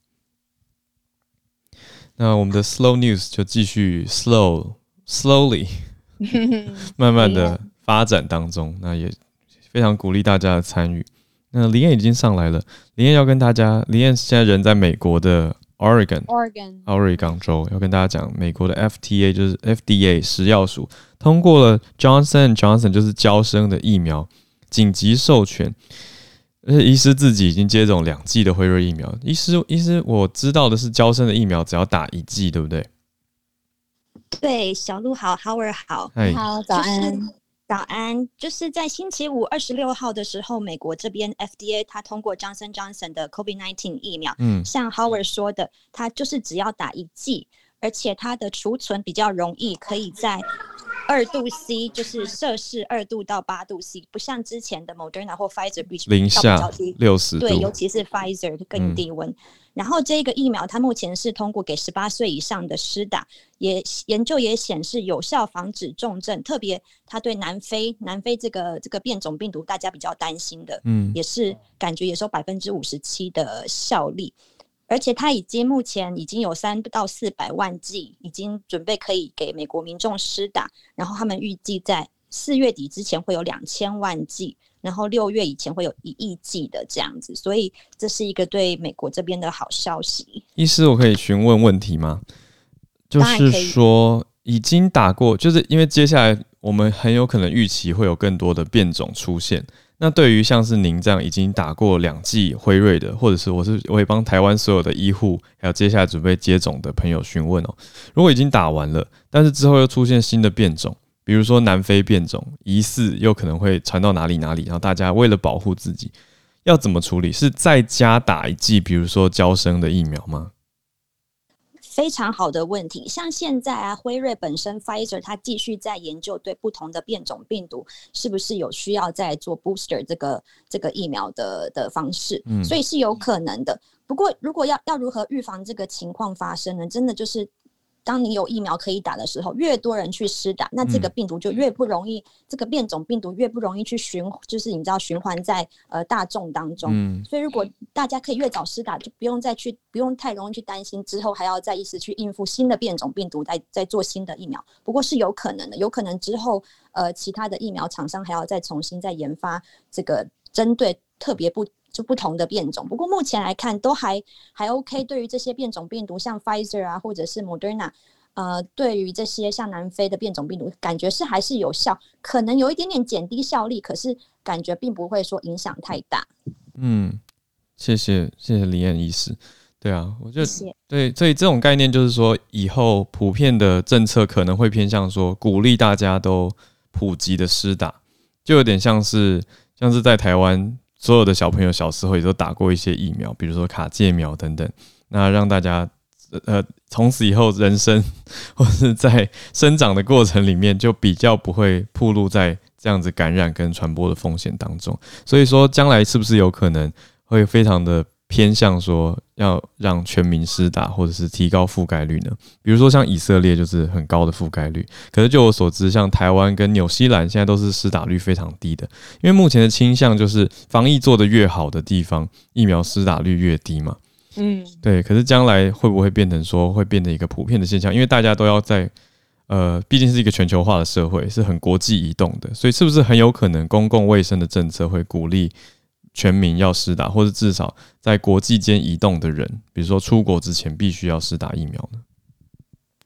那我们的 Slow News 就继续 slow slowly 慢慢的发展当中，那也非常鼓励大家的参与。那李安已经上来了，李安要跟大家，李安现在人在美国的Oregon Oregon 奥瑞冈州，要跟大家讲美国的 F D A 就是 F D A 食药署通过了 Johnson and Johnson 就是嬌生的疫苗紧急授权，而且医师自己已经接种两剂的辉瑞疫苗。医师，医师，我知道的是嬌生的疫苗只要打一剂，对不对？ 对，小鹿好 ，Howard 好， 好，早安。就是早安，就是在星期五二十六号的时候，美国这边 F D A 它通过 Johnson Johnson 的 COVID 十九 疫苗，嗯，像 Howard 说的，它就是只要打一剂，而且它的储存比较容易，可以在二度 C， 就是摄氏二度到八度 C， 不像之前的 Moderna 或 Pfizer 零下六十度， 对，尤其是 Pfizer 更低温。嗯，然后这个疫苗它目前是通过给十八岁以上的施打，也研究也显示有效防止重症，特别它对南非南非这个这个变种病毒大家比较担心的，嗯，也是感觉也是有百分之五十七的效力，而且它已经目前已经有三到四百万剂，已经准备可以给美国民众施打，然后他们预计在四月底之前会有两千万剂。然后六月以前会有一亿剂的这样子，所以这是一个对美国这边的好消息。 医师，我可以询问问题吗？就是说，已经打过，就是因为接下来我们很有可能预期会有更多的变种出现。那对于像是您这样已经打过两剂辉瑞的，或者是我是我也帮台湾所有的医护，还有接下来准备接种的朋友询问哦，如果已经打完了，但是之后又出现新的变种。比如说南非变种，疑似又可能会传到哪里哪里，然后大家为了保护自己，要怎么处理？是再加打一剂，比如说嬌生的疫苗吗？ 非常好的问题。像现在啊，辉瑞本身 Pfizer 它继续在研究对不同的变种病毒是不是有需要再做 booster 这个这个疫苗的的方式，嗯，所以是有可能的。不过如果要要如何预防这个情况发生呢？真的就是当你有疫苗可以打的时候，越多人去施打，那这个病毒就越不容易，嗯，这个变种病毒越不容易去循，就是你知道循环在呃大众当中，嗯。所以如果大家可以越早施打，就不用再去不用太容易去担心之后还要再一直去应付新的变种病毒，再再做新的疫苗。不过是有可能的，有可能之后呃其他的疫苗厂商还要再重新再研发这个针对特别不。就不同的变种，不过目前来看都还还 OK。对于这些变种病毒，像 Pfizer 啊，或者是 Moderna， 呃，对于这些像南非的变种病毒，感觉是还是有效，可能有一点点减低效力，可是感觉并不会说影响太大。 嗯，谢谢谢谢李安医师。对啊，我觉得对，所以这种概念就是说，以后普遍的政策可能会偏向说鼓励大家都普及的施打，就有点像是像是在台湾。所有的小朋友小时候也都打过一些疫苗，比如说卡介苗等等，那让大家呃从此以后人生或是在生长的过程里面就比较不会暴露在这样子感染跟传播的风险当中。所以说将来是不是有可能会非常的偏向说要让全民施打，或者是提高覆盖率呢？比如说像以色列就是很高的覆盖率，可是就我所知，像台湾跟纽西兰现在都是施打率非常低的，因为目前的倾向就是防疫做得越好的地方，疫苗施打率越低嘛。嗯，对。可是将来会不会变成说会变成一个普遍的现象？因为大家都要在呃，毕竟是一个全球化的社会，是很国际移动的，所以是不是很有可能公共卫生的政策会鼓励全民要施打，或者至少在国际间移动的人，比如说出国之前必须要施打疫苗呢？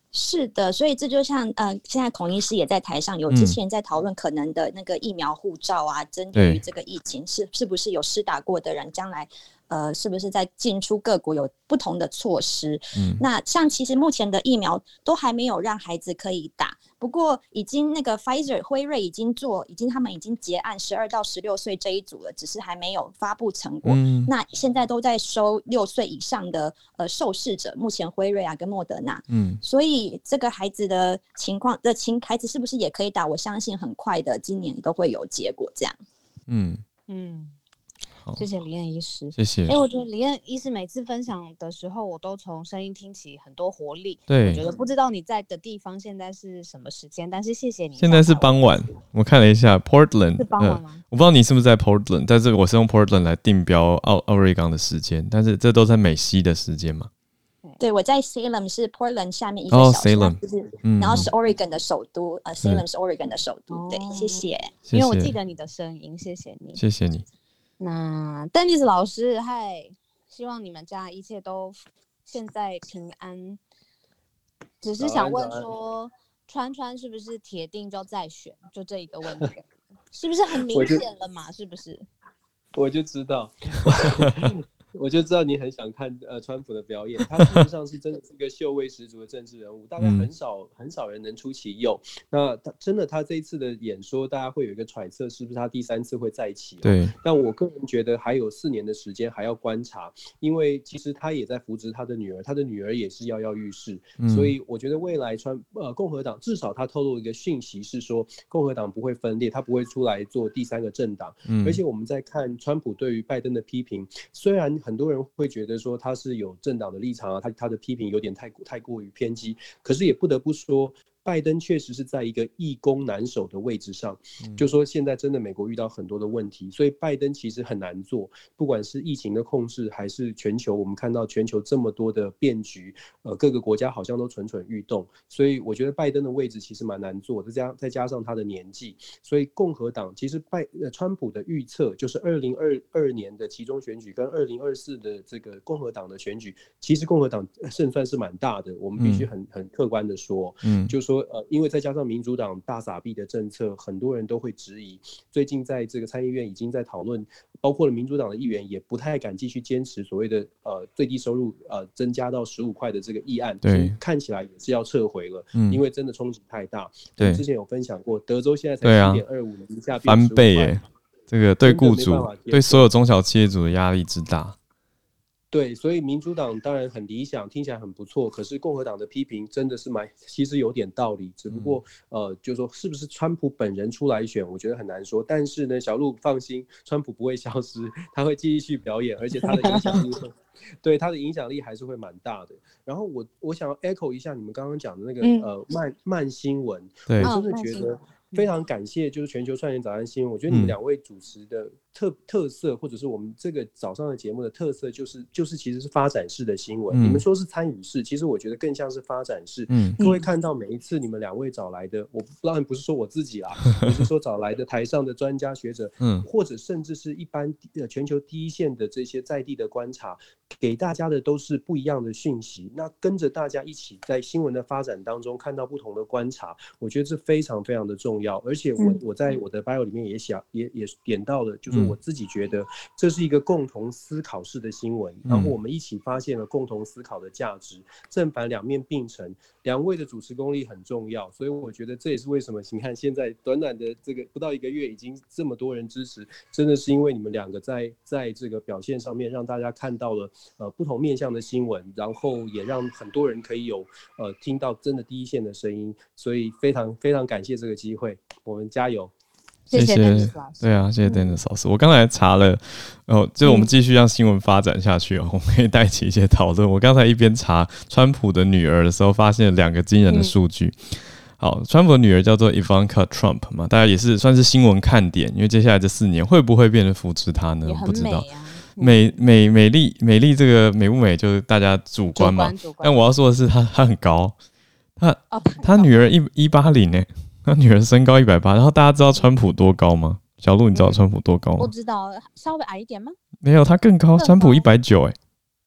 是的，所以这就像呃，现在孔医师也在台上有之前在讨论可能的那个疫苗护照啊，针对于这个疫情是是不是有施打过的人，将来呃是不是在进出各国有不同的措施？嗯，那像其实目前的疫苗都还没有让孩子可以打，不过已经那个 Pfizer 辉瑞已经做，已经他们已经结案十二到十六岁这一组了，只是还没有发布成果。嗯，那现在都在收六岁以上的呃受试者，目前辉瑞啊跟莫德纳。嗯，所以这个孩子的情况的情孩子是不是也可以打？我相信很快的，今年都会有结果。这样。嗯嗯。谢谢李燕医师， 谢谢。 哎、欸，我觉得李燕医师每次分享的时候，我都从声音听起很多活力。 对， 我觉得不知道你在的地方现在是什么时间，但是谢谢你。 现在是傍晚，我看了一下 ，Portland 是傍晚吗、呃？ 我不知道你是不是在 Portland， 但是我是用 Portland 来定标奥奥瑞冈的时间，但是这都在美西的时间嘛。 对，我在 Salem 是 Portland 下面一个小时， oh, Salem 就是、嗯，然后是 Oregon 的首都，呃 ，Salem 是 Oregon 的首都。对，谢谢。 因为我记得你的声音，谢谢你， 谢谢你。 那 Dennis 老师，嗨，希望你们家一切都现在平安。只是想问说，川川是不是铁定就再选？就这一个问题，是不是很明显了嘛？是不是？ 我就知道。我就知道你很想看呃川普的表演，他事实上是真的是一个秀味十足的政治人物，大概很少、嗯、很少人能出其右。那他真的他这一次的演说，大家会有一个揣测，是不是他第三次会再起？ 对。 但我个人觉得还有四年的时间还要观察，因为其实他也在扶植他的女儿，他的女儿也是跃跃欲试、嗯，所以我觉得未来川呃共和党至少他透露一个讯息是说，共和党不会分裂，他不会出来做第三个政党。嗯。而且我们在看川普对于拜登的批评，虽然很多人会觉得说他是有政党的立场啊，他他的批评有点太太过于偏激，可是也不得不说，拜登确实是在一个易攻难守的位置上，就说现在真的美国遇到很多的问题，所以拜登其实很难做，不管是疫情的控制，还是全球，我们看到全球这么多的变局，呃，各个国家好像都蠢蠢欲动，所以我觉得拜登的位置其实蛮难做的，再加再加上他的年纪，所以共和党其实拜呃川普的预测就是二零二二年的期中选举跟二零二四的这个共和党的选举，其实共和党胜算是蛮大的，我们必须很很客观的说，嗯，就说呃，因为再加上民主党大撒币的政策，很多人都会质疑。最近在这个参议院已经在讨论，包括了民主党的议员也不太敢继续坚持所谓的呃最低收入呃增加到十五块的这个议案， 对， 看起来也是要撤回了，嗯、因为真的冲击太大。 对， 之前有分享过，德州现在才七点二五，一下翻倍耶，这个对雇主、对所有中小企业主的压力之大。 对，所以民主党当然很理想，听起来很不错，可是共和党的批评真的是蛮，其实有点道理，只不过、嗯、呃，就是说是不是川普本人出来选，我觉得很难说。但是呢，小鹿放心，川普不会消失，他会继续表演，而且他的影响力会，对他的影响力还是会蛮大的。然后我我想要 echo 一下你们刚刚讲的那个、嗯、呃慢慢新闻， 对， 我真的觉得。非常感谢，就是全球串联早安新闻。我觉得你们两位主持的特、嗯、特色，或者是我们这个早上的节目的特色，就是就是其实是发展式的新闻。嗯、你们说是参与式，其实我觉得更像是发展式。嗯，各位看到每一次你们两位找来的，我当然不是说我自己啦，我是说找来的台上的专家学者，嗯，或者甚至是一般呃全球第一线的这些在地的观察，给大家的都是不一样的讯息。那跟着大家一起在新闻的发展当中看到不同的观察，我觉得这非常非常的重要。而且我我在我的 bio 里面也想也也点到了，就是我自己觉得这是一个共同思考式的新闻，然后我们一起发现了共同思考的价值，正反两面并存。两位的主持功力很重要，所以我觉得这也是为什么你看现在短短的这个不到一个月已经这么多人支持，真的是因为你们两个在在这个表现上面让大家看到了呃不同面向的新闻，然后也让很多人可以有呃听到真的第一线的声音，所以非常非常感谢这个机会，我们加油。 谢谢 Dennis 老师。对啊，谢谢 Dennis 老师。我刚才查了，哦，就我们继续让新闻发展下去哦，我们可以带起一些讨论。我刚才一边查川普的女儿的时候，发现了两个惊人的数据。好，川普的女儿叫做 Ivanka Trump 嘛，大家也是算是新闻看点，因为接下来这四年会不会变成扶持她呢？不知道。美美美丽美丽这个美不美就是大家主观嘛，但我要说的是她她很高，她她女儿一一八零哎。他女儿身高一百八，然后大家知道川普多高吗？小鹿，你知道川普多高吗？ 不知道，稍微矮一点吗？ 没有，他更高，川普一百九哎。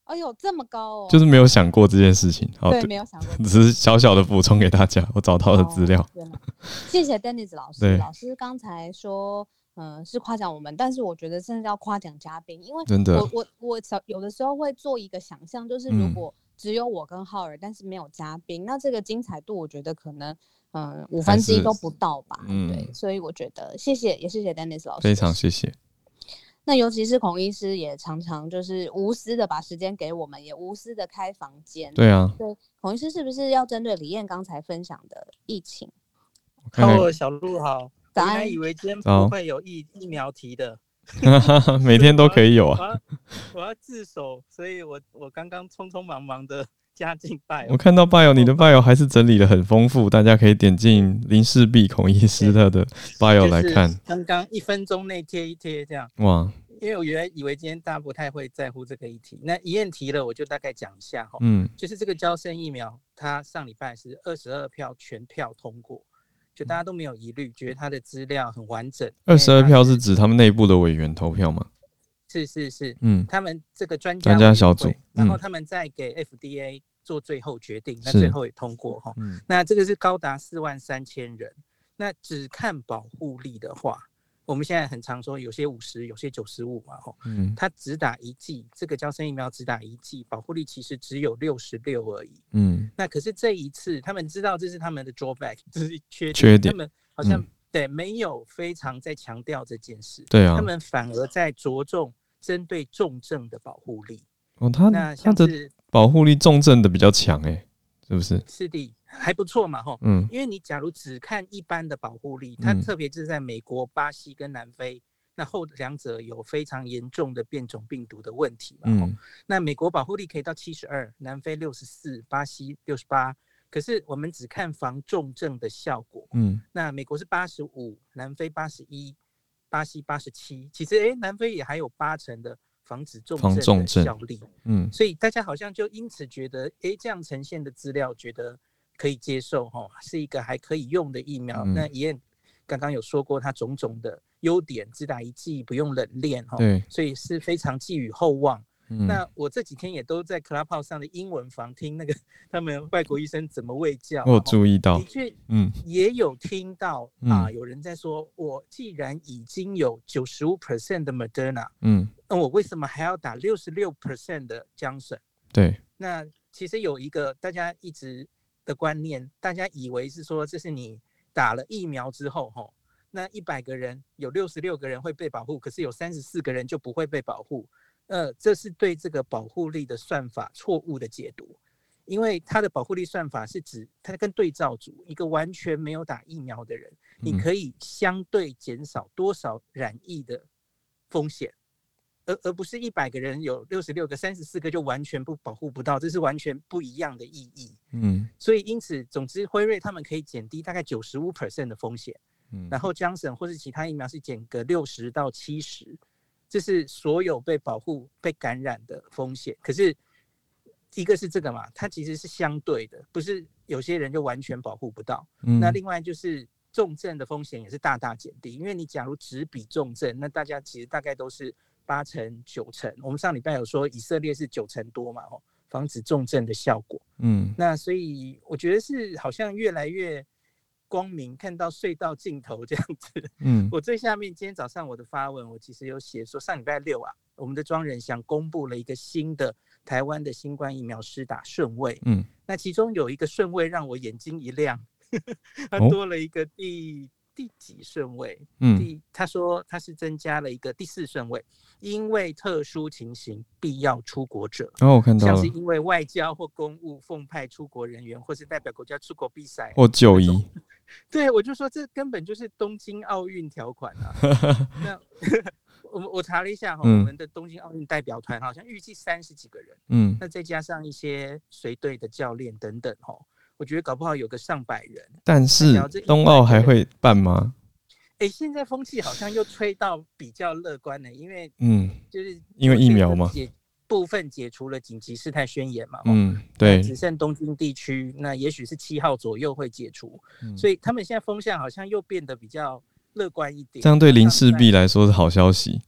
哎呦，这么高哦！ 就是没有想过这件事情。好， 对，没有想过， 只是小小的补充给大家我找到的资料。 哦、谢谢 Dennis 老师。老师刚才说，嗯、呃，是夸奖我们，但是我觉得真的要夸奖嘉宾，因为真的， 我我我有的时候会做一个想象，就是如果只有我跟浩尔，嗯、但是没有嘉宾，那这个精彩度，我觉得可能。嗯，五分之一都不到吧，嗯，对，所以我觉得谢谢，也谢谢 Dennis 老师， 非常谢谢。 那尤其是孔医师也常常就是无私的把时间给我们，也无私的开房间。 对啊， 对，孔医师是不是要针对李燕刚才分享的疫情？ 哦，小鹿好，本来以为今天不会有疫疫苗题的， 每天都可以有啊。 我要, 我要自首，所以我我刚刚匆匆忙忙的。加进 bio， 我看到 bio 你的 bio 还是整理的很丰富，大家可以点进林氏璧孔医师他的 bio 来看。 就是、刚刚一分钟内贴一贴这样。哇！因为我原来以为今天大家不太会在乎这个议题，那一验提了我就大概讲一下哈。嗯，就是这个嬌生疫苗，它上礼拜是二十二票全票通过，就大家都没有疑虑，觉得它的资料很完整。 二十二票是指他们内部的委员投票吗？ 是是是，嗯，他们这个专家专家小组， 然后他们再给 F D A 做最后决定，那最后也通过哈。嗯，那这个是高达四万三千人。那只看保护力的话，我们现在很常说有些五十，有些九十五嘛，哈，嗯，它只打一剂，这个嬌生疫苗只打一剂，保护力其实只有六十六而已。嗯，那可是这一次他们知道这是他们的 drawback， 这是缺点，缺点，他们好像、嗯、对没有非常在强调这件事， 对啊， 他们反而在着重。针对重症的保护力哦，他他的保护力重症的比较强哎、欸，是不是？ 是的，还不错嘛吼。嗯，因为你假如只看一般的保护力，它特别是在美国、巴西跟南非，那后两者有非常严重的变种病毒的问题嘛。嗯，那美国保护力可以到七十二，南非六十四，巴西六十八。可是我们只看防重症的效果，嗯，那美国是八十五，南非八十一。巴西八十七，其实哎，南非也还有八成的防止重症的效力，嗯，所以大家好像就因此觉得，哎，这样呈现的资料觉得可以接受，哈，是一个还可以用的疫苗。嗯、那也刚刚有说过它种种的优点，只打一剂不用冷链，哈，对，所以是非常寄予厚望。嗯、那我这几天也都在 Clubhouse 上的英文房听那个他们外国医生怎么卫教， 我有注意到， 的确，嗯，也有听到、嗯、啊，有人在说，我既然已经有 百分之九十五 的 Moderna， 嗯，那我为什么还要打 百分之六十六 的 Johnson？ 对， 那其实有一个大家一直的观念，大家以为是说这是你打了疫苗之后，吼，那一百个人有六十六个人会被保护，可是有三十四个人就不会被保护。呃，这是对这个保护力的算法错误的解读，因为它的保护力算法是指它跟对照组一个完全没有打疫苗的人，嗯、你可以相对减少多少染疫的风险，而而不是一百个人有六十六个，三十四个就完全不保护不到，这是完全不一样的意义。嗯，所以因此，总之辉瑞他们可以减低大概 百分之九十五 的风险，嗯，然后Johnson或是其他疫苗是减个六十到七十。这是所有被保护、被感染的风险。可是，一个是这个嘛，它其实是相对的，不是有些人就完全保护不到。嗯、那另外就是重症的风险也是大大减低，因为你假如只比重症，那大家其实大概都是八成、九成。我们上礼拜有说以色列是九成多嘛，防止重症的效果。嗯，那所以我觉得是好像越来越。光明看到隧道尽头这样子，嗯，我最下面今天早上我的发文，我其实有写说上礼拜六啊，我们的庄人祥公布了一个新的台湾的新冠疫苗施打顺位，嗯，那其中有一个顺位让我眼睛一亮，呵呵它多了一个第、哦、第几顺位，嗯，第他说他是增加了一个第四顺位，因为特殊情形必要出国者， 哦，我看到了， 像是因为外交或公务奉派出国人员，或是代表国家出国比赛或就医。 对，我就说这根本就是东京奥运条款啊！那我我查了一下哈、嗯，我们的东京奥运代表团好像预计三十几个人，嗯，那再加上一些随队的教练等等哈，我觉得搞不好有个上百人。 但是冬奥还会办吗？ 哎，现在风气好像又吹到比较乐观了，因为嗯， 就是因为疫苗嘛。 部分解除了紧急事态宣言嘛， 嗯，对， 只剩东京地区，那也许是七号左右会解除、嗯，所以他们现在风向好像又变得比较乐观一点。 这样对林氏璧来说是好消息。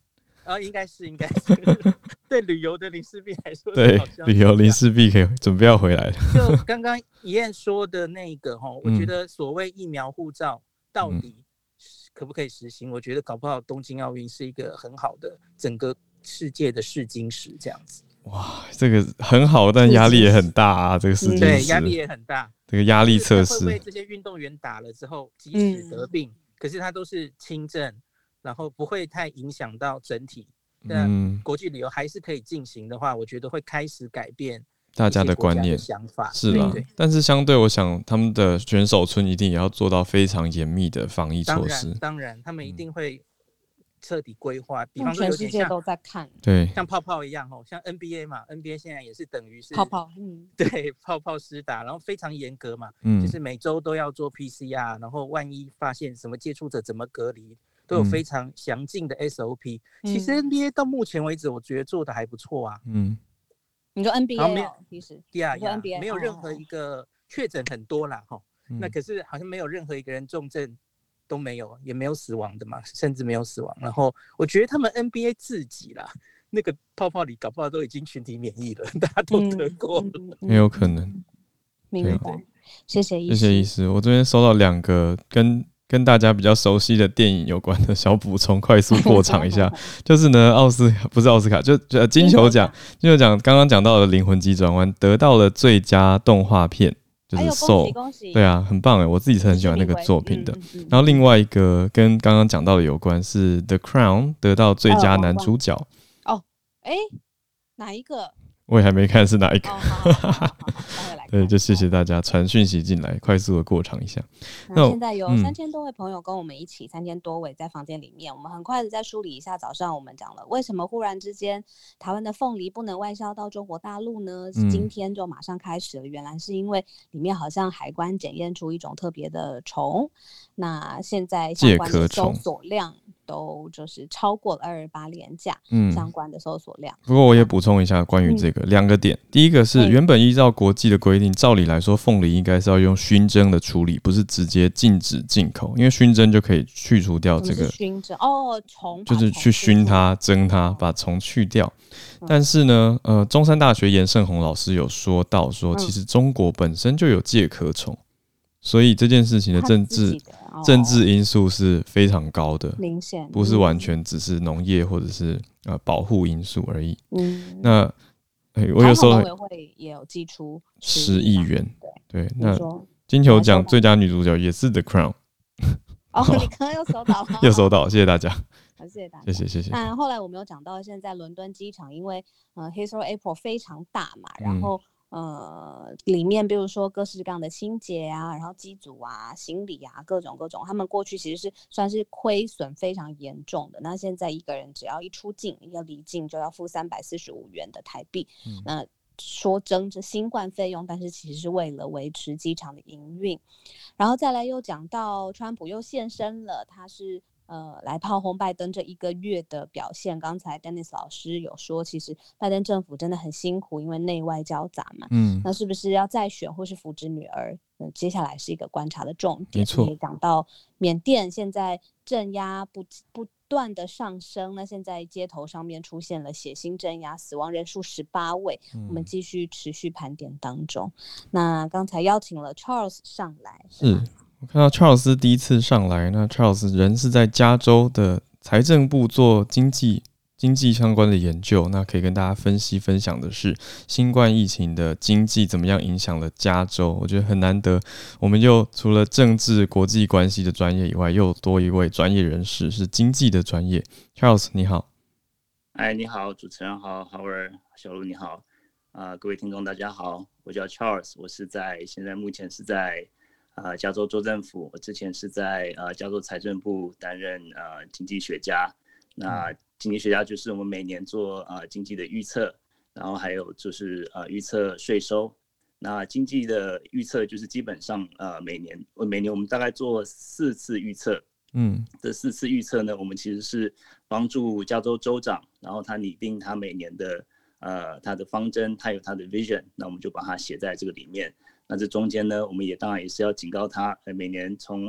啊，应该是应该是对旅游的林氏璧来说， 对旅游林氏璧可以准备要回来了。 就刚刚怡燕说的那个哈，我觉得所谓疫苗护照到底可不可以实行？嗯、我觉得搞不好东京奥运是一个很好的整个世界的试金石，这样子。 哇，这个很好，但压力也很大啊！这个试金石， 对，压力也很大。 这个压力测试， 会不会这些运动员打了之后，即使得病，嗯、可是他都是轻症，然后不会太影响到整体。那国际旅游还是可以进行的话，我觉得会开始改变大家的观念、 想法。 是啦，但是相对，我想他们的选手村一定也要做到非常严密的防疫措施。 当然，当然，他们一定会彻底规划。比方说， 全世界都在看， 对， 像泡泡一样哦，像 N B A 嘛 ，N B A 现在也是等于是泡泡，嗯， 对，泡泡施打，然后非常严格嘛，嗯，就是每周都要做 P C R， 然后万一发现什么接触者怎么隔离。都有非常详尽的 S O P、嗯、其实 N B A 到目前为止我觉得做的还不错啊。 嗯， 你说 N B A 哦，其实对啊，没有任何一个确诊很多啦、哦嗯、那可是好像没有任何一个人重症都没有，也没有死亡的嘛，甚至没有死亡。然后我觉得他们 N B A 自己啦，那个泡泡里搞不好都已经群体免疫了，大家都得过了， 嗯嗯、很有可能。 明白，谢谢医师。 谢谢医师，我这边收到两个跟。跟大家比较熟悉的电影有关的小补充，快速过场一下。就是呢，奥斯不是奥斯卡，就呃金球奖，金球奖刚刚讲到的《灵魂急转弯》得到了最佳动画片，就是《Soul》、哎。对啊，很棒哎，我自己是很喜欢那个作品的。嗯嗯嗯、然后另外一个跟刚刚讲到的有关是《The Crown》得到最佳男主角。 哦，哎、欸，哪一个？ 我也还没看是哪一个。 哦、好好好好对，就谢谢大家传讯息进来，快速的过场一下。 那现在有三千多位朋友跟我们一起，三千多位在房间里面，我们很快的再梳理一下。早上我们讲了为什么忽然之间台湾的凤梨不能外销到中国大陆呢？嗯、今天就马上开始了，原来是因为里面好像海关检验出一种特别的虫，那现在相关的搜索量都就是超过了二二八连假、嗯、相关的搜索量。 不过我也补充一下关于这个两、嗯、个点，第一个是原本依照国际的规定，照理来说凤梨应该是要用熏蒸的处理，不是直接禁止进口，因为熏蒸就可以去除掉这个熏蒸哦虫， 就是去熏它、蒸它，把虫去掉。嗯、但是呢，呃，中山大学严胜宏老师有说到说，其实中国本身就有介壳虫。所以这件事情的政治的、哦、政治因素是非常高的， 明显不是完全只是农业或者是、呃、保护因素而已。 嗯， 那、欸、我有时候农委会也有寄出十亿元， 对对。那金球奖最佳女主角也是 The Crown。 哦，你刚刚又收到了， 又收到，谢谢大家。 谢谢大家， 谢谢谢谢。 那后来我们有讲到，现在伦敦机场因为呃 Heathrow Airport 非常大嘛，然后。嗯呃，里面比如说各式各样的清洁啊，然后机组啊、行李啊，各种各种，他们过去其实是算是亏损非常严重的。那现在一个人只要一出境，一个离境就要付三百四十五元的台币。嗯、那说征着新冠费用，但是其实是为了维持机场的营运。然后再来又讲到川普又现身了，他是。呃，来炮轰拜登这一个月的表现，刚才 Dennis 老师有说，其实拜登政府真的很辛苦，因为内外交杂嘛。嗯，那是不是要再选或是扶植女儿？嗯，接下来是一个观察的重点。 没错， 也讲到缅甸现在镇压不不断的上升，那现在街头上面出现了血腥镇压，死亡人数十八位、嗯，我们继续持续盘点当中。那刚才邀请了 Charles 上来， 是。我看到 Charles 第一次上来，那 Charles 人是在加州的财政部做经济经济相关的研究，那可以跟大家分析分享的是新冠疫情的经济怎么样影响了加州。我觉得很难得，我们又除了政治国际关系的专业以外，又多一位专业人士是经济的专业。 Charles 你好。 哎，你好，主持人好， Howard 小鹿你好、呃、各位听众大家好，我叫 Charles， 我是在现在目前是在呃，加州州政府，我之前是在呃加州财政部担任呃经济学家。那经济学家就是我们每年做呃经济的预测，然后还有就是呃预测税收。那经济的预测就是基本上呃每年每年我们大概做四次预测。嗯，这四次预测呢，我们其实是帮助加州州长，然后他拟定他每年的呃他的方针，他有他的 vision， 那我们就把它写在这个里面。那这中间呢，我们也当然也是要警告他，每年从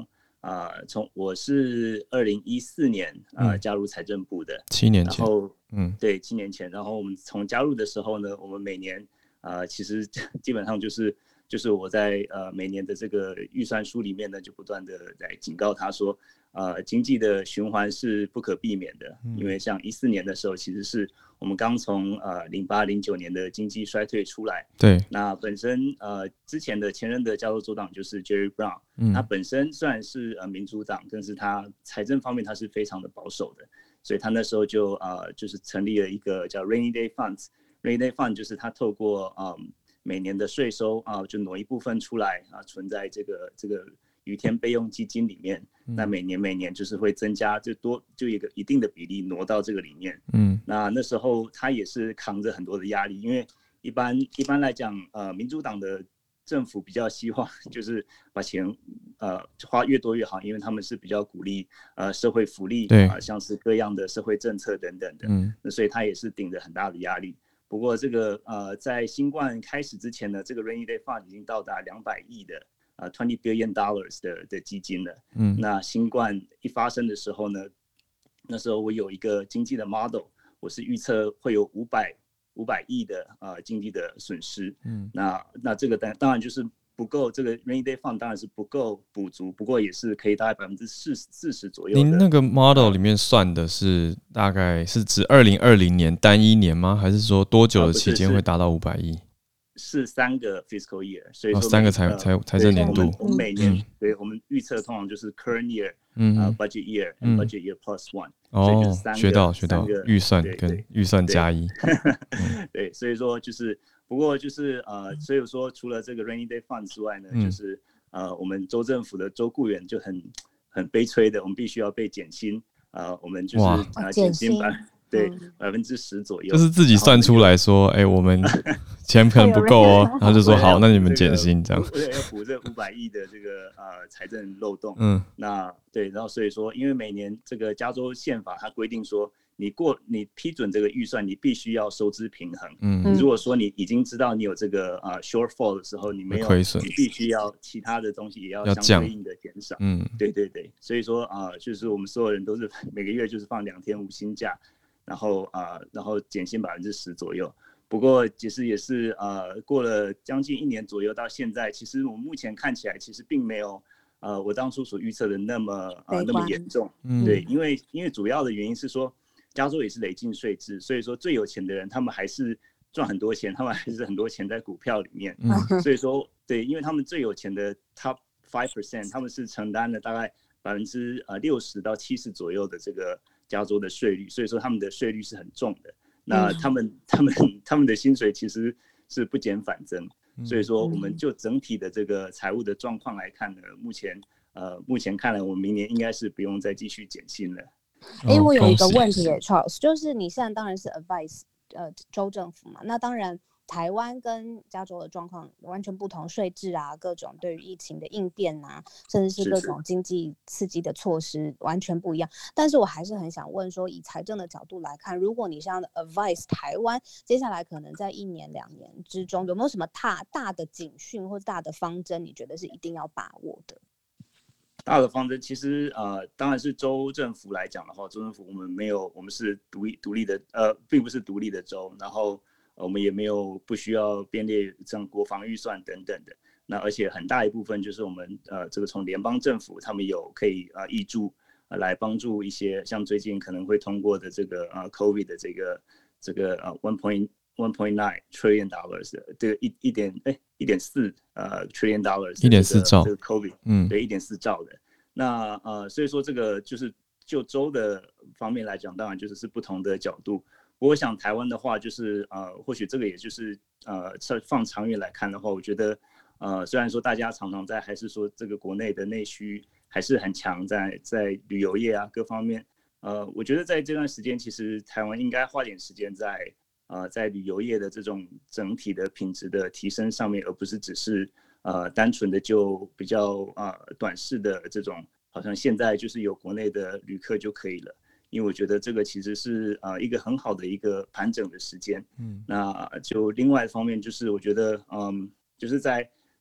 呃，从我是二零一四年呃、嗯、加入财政部的， 七年前， 然后嗯， 对，七年前，然后我们从加入的时候呢，我们每年呃其实基本上就是就是我在呃每年的这个预算书里面呢，就不断的在警告他说，呃，经济的循环是不可避免的，嗯、因为像一四年的时候，其实是我们刚从呃零八零九年的经济衰退出来， 对， 那本身呃之前的前任的加州州长就是 Jerry Brown，嗯，他本身虽然是呃民主党，但是他财政方面他是非常的保守的，所以他那时候就呃就是成立了一个叫 Rainy Day Funds，Rainy Day Fund 就是他透过嗯每年的税收啊、呃、就挪一部分出来啊存在这个这个雨天备用基金里面，嗯、那每年每年就是会增加，就多就一个一定的比例挪到这个里面。嗯，那那时候他也是扛着很多的压力，因为一般一般来讲，呃，民主党的政府比较希望就是把钱呃花越多越好，因为他们是比较鼓励呃社会福利啊、呃，像是各样的社会政策等等的。嗯，那所以他也是顶着很大的压力。不过这个呃在新冠开始之前呢，这个 Rainy Day Fund 已经到达两百亿的。呃 twenty billion dollars 的的基金了，嗯，那新冠一发生的时候呢，那时候我有一个经济的 model， 我是预测会有五百五百亿的呃经济的损失，嗯，那那这个当当然就是不够，这个 Rainy Day Fund 当然是不够补足，不过也是可以大概百分之四四十左右的。 您那个 model 里面算的是大概是指二零二零年单一年吗？还是说多久的期间会达到五百亿？ 是三个 fiscal year， 所以说、哦、 三个财财财政年度。 我们每年，嗯、对我们预测通常就是 current year， 嗯、呃、，budget year， and budget year plus one，、嗯、所以就是三个， 学到学到，预算跟预算加一。 对，对所以说就是不过就是呃，所以说除了这个 rainy day fund 之外呢，嗯、就是呃，我们州政府的州雇员就很很悲催的，我们必须要被减薪，呃，我们就是呃减薪班。对，百分之十左右， 就是自己算出来说，哎、欸，我们钱可能不够哦，然后就说好，那你们减薪这样。 对，要补这五百亿的这个呃财政漏洞。嗯，那对，然后所以说，因为每年这个加州宪法它规定说，你过你批准这个预算，你必须要收支平衡。嗯，你如果说你已经知道你有这个呃 shortfall 的时候，你没有亏损，你必须要其他的东西也要相对应的减少。嗯，对对对，所以说啊、呃，就是我们所有人都是每个月就是放两天无薪假。然后啊、呃，然后减薪百分之十左右。不过其实也是呃，过了将近一年左右到现在，其实我们目前看起来其实并没有呃我当初所预测的那么呃那么严重。嗯，对，因为因为主要的原因是说，加州也是累进税制，所以说最有钱的人他们还是赚很多钱，他们还是很多钱在股票里面。嗯，所以说对，因为他们最有钱的 top five percent， 他们是承担了大概百分之呃六十到七十左右的这个。加州的税率，所以说他们的税率是很重的。那他们、嗯、他们他们的薪水其实是不减反增，嗯、所以说我们就整体的这个财务的状况来看呢，目前呃目前看来，我们明年应该是不用再继续减薪了。 因为我有一个问题 ，Charles， 就是你现在当然是 advise 呃州政府嘛，那当然。台湾跟加州的状况完全不同，税制啊，各种对于疫情的应变啊，甚至是各种经济刺激的措施完全不一样。但是我还是很想问说，以财政的角度来看，如果你是要 advise 台湾，接下来可能在一年两年之中，有没有什么大大的警讯或大的方针，你觉得是一定要把握的？ 大的方针其实呃，当然是州政府来讲的话，州政府我们没有，我们是独立独立的，呃，并不是独立的州，然后。我们也没有不需要编列像国防预算等等的，那而且很大一部分就是我们呃这个从联邦政府他们有可以呃挹注、呃、来帮助一些像最近可能会通过的这个呃 COVID 的这个这个呃 one point one point nine trillion dollars 的这个一一点哎一点四呃 trillion dollars 一点四兆这个 COVID 嗯对一点四兆的那呃所以说这个就是就州的方面来讲，当然就是是不同的角度。我想台湾的话，就是呃，或许这个也就是呃，放长远来看的话，我觉得呃，虽然说大家常常在还是说这个国内的内需还是很强在，在在旅游业啊各方面，呃，我觉得在这段时间，其实台湾应该花点时间在呃在旅游业的这种整体的品质的提升上面，而不是只是呃单纯的就比较呃短视的这种，好像现在就是有国内的旅客就可以了。因为我觉得这个其实是呃一个很好的一个盘整的时间，嗯，那就另外一方面就是我觉得嗯就是在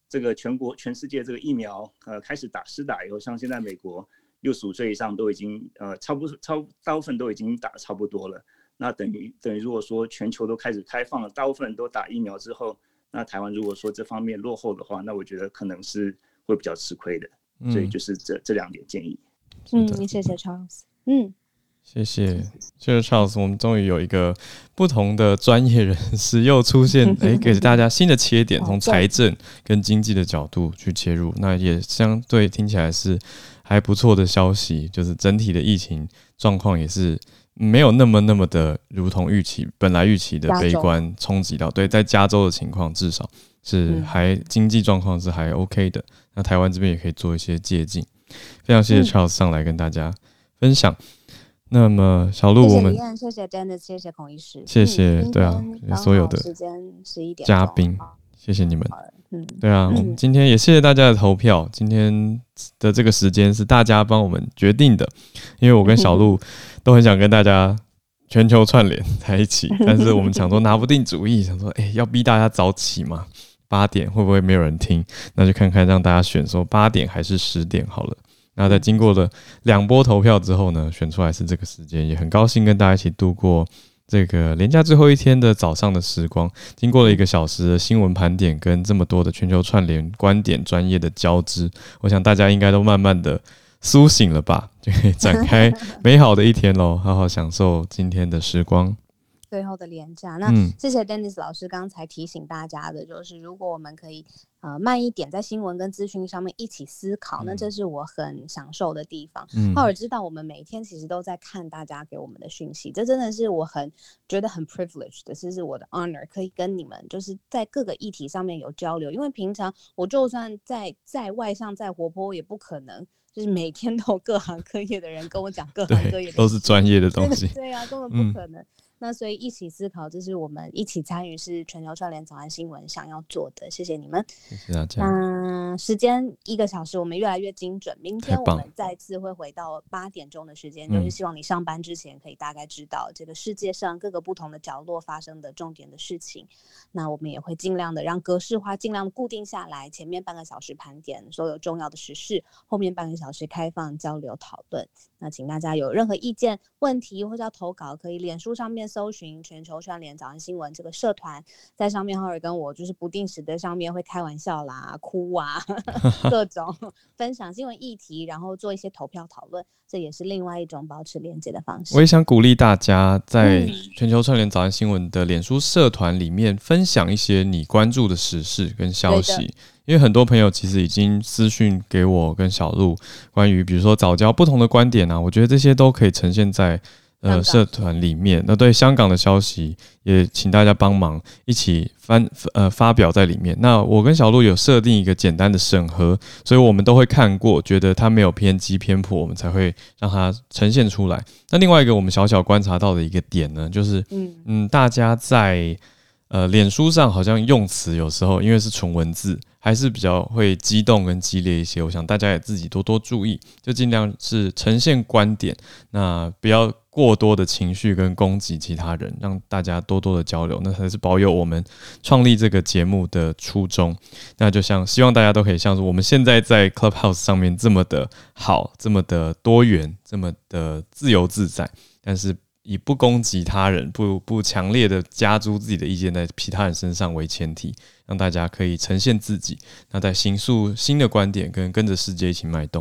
这个全国全世界这个疫苗呃开始打施打以后，像现在美国六十五岁以上都已经呃差不多超大部分都已经打差不多了。那等于等于如果说全球都开始开放了，大部分人都打疫苗之后，那台湾如果说这方面落后的话，那我觉得可能是会比较吃亏的。嗯、所以就是这这两点建议。 嗯，谢谢 Charles。嗯。 谢谢，谢谢 Charles。我们终于有一个不同的专业人士又出现，哎，给大家新的切点，从财政跟经济的角度去切入，那也相对听起来是还不错的消息，就是整体的疫情状况也是没有那么那么的如同预期，本来预期的悲观冲击到，对，在加州的情况至少是还经济状况是还 OK 的，那台湾这边也可以做一些借鉴。非常谢谢 Charles 上来跟大家分享。那么小鹿，我们谢谢 Dennis， 谢谢孔医师， 谢谢、嗯、对啊，所有的嘉宾，谢谢你们。嗯，对啊，嗯、我们今天也谢谢大家的投票。今天的这个时间是大家帮我们决定的，因为我跟小鹿都很想跟大家全球串联在一起，但是我们想说拿不定主意，想说哎、欸，要逼大家早起嘛，八点会不会没有人听？那就看看让大家选说八点还是十点好了。那在经过了两波投票之后呢，选出来是这个时间，也很高兴跟大家一起度过这个连假最后一天的早上的时光。经过了一个小时的新闻盘点跟这么多的全球串联观点专业的交织，我想大家应该都慢慢的苏醒了吧，就可以展开美好的一天咯，好好享受今天的时光。 最后的连假，那谢谢 Dennis 老师刚才提醒大家的，就是如果我们可以呃慢一点，在新闻跟资讯上面一起思考，那这是我很享受的地方。浩尔知道我们每天其实都在看大家给我们的讯息，这真的是我很觉得很 privileged 的，这是我的 honor， 可以跟你们就是在各个议题上面有交流。因为平常我就算在在外向再活泼，也不可能就是每天都有各行各业的人跟我讲各行各业的， 都是专业的东西。 对啊，根本不可能。嗯，那所以一起思考，这是我们一起参与，是全球串联早安新闻想要做的。谢谢你们， 谢谢大家。 那时间一个小时，我们越来越精准。明天我们再次会回到八点钟的时间，就是希望你上班之前可以大概知道这个世界上各个不同的角落发生的重点的事情。那我们也会尽量的让格式化，尽量固定下来。前面半个小时盘点所有重要的时事，后面半个小时开放交流讨论。那请大家有任何意见、问题或者要投稿，可以脸书上面搜寻全球串联早安新闻这个社团，在上面浩尔跟我就是不定时的上面会开玩笑啦、哭啊，各种分享新闻议题，然后做一些投票讨论，这也是另外一种保持连接的方式。 我也想鼓励大家在全球串联早安新闻的脸书社团里面分享一些你关注的时事跟消息。因为很多朋友其实已经私讯给我跟小鹿，关于比如说早教不同的观点啊，我觉得这些都可以呈现在呃社团里面。那对香港的消息，也请大家帮忙一起翻呃发表在里面。那我跟小鹿有设定一个简单的审核，所以我们都会看过，觉得它没有偏激偏颇，我们才会让它呈现出来。那另外一个我们小小观察到的一个点呢，就是嗯嗯大家在呃脸书上好像用词有时候因为是纯文字，还是比较会激动跟激烈一些，我想大家也自己多多注意，就尽量是呈现观点，那不要过多的情绪跟攻击其他人，让大家多多的交流，那才是保有我们创立这个节目的初衷。那就像希望大家都可以像是我们现在在 Clubhouse 上面这么的好，这么的多元，这么的自由自在，但是以不攻击他人，不不强烈的加诸自己的意见在其他人身上为前提，让大家可以呈现自己，那在形塑新的观点，跟跟着世界一起脉动。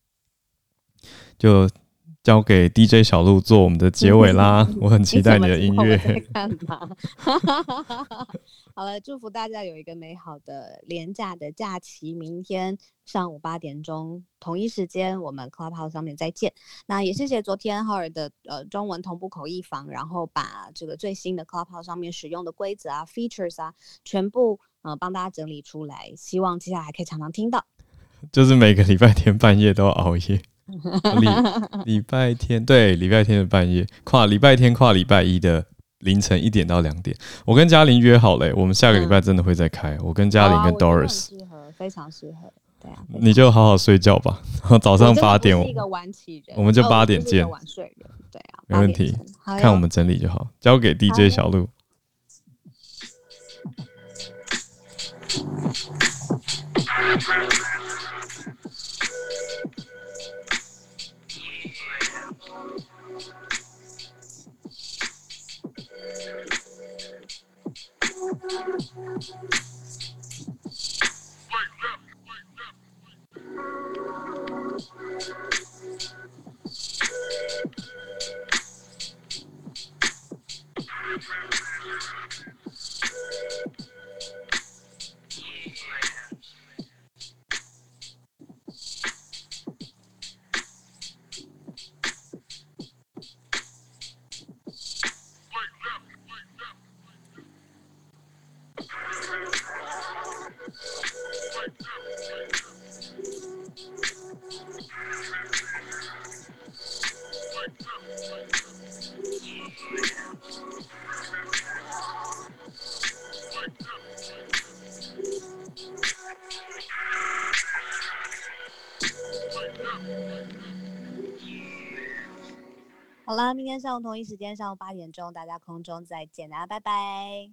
就交给 D J 小鹿做我们的结尾啦，我很期待你的音乐。 好了，祝福大家有一个美好的连假的假期，明天上午八点钟同一时间我们 Clubhouse 上面再见。那也谢谢昨天浩尔的呃中文同步口译房，然后把这个最新的 Clubhouse 上面使用的规则啊 features 啊全部呃帮大家整理出来，希望接下来还可以常常听到。 就是每个礼拜天半夜都要熬夜。礼礼拜天对礼拜天的半夜，跨礼拜天跨礼拜一的凌晨一点到两点，我跟嘉玲约好了、欸，我们下个礼拜真的会再开。嗯、我跟嘉玲跟 Doris， 适合，非常适合，对啊， 你就好好睡觉吧。然后早上八点，我是一个晚起人， 我们就八点见。 哦、晚睡人，对啊， 没问题，看我们整理就好。交给 D J 小鹿。 好了，明天上午同一时间，上午八点钟，大家空中再见，大家拜拜。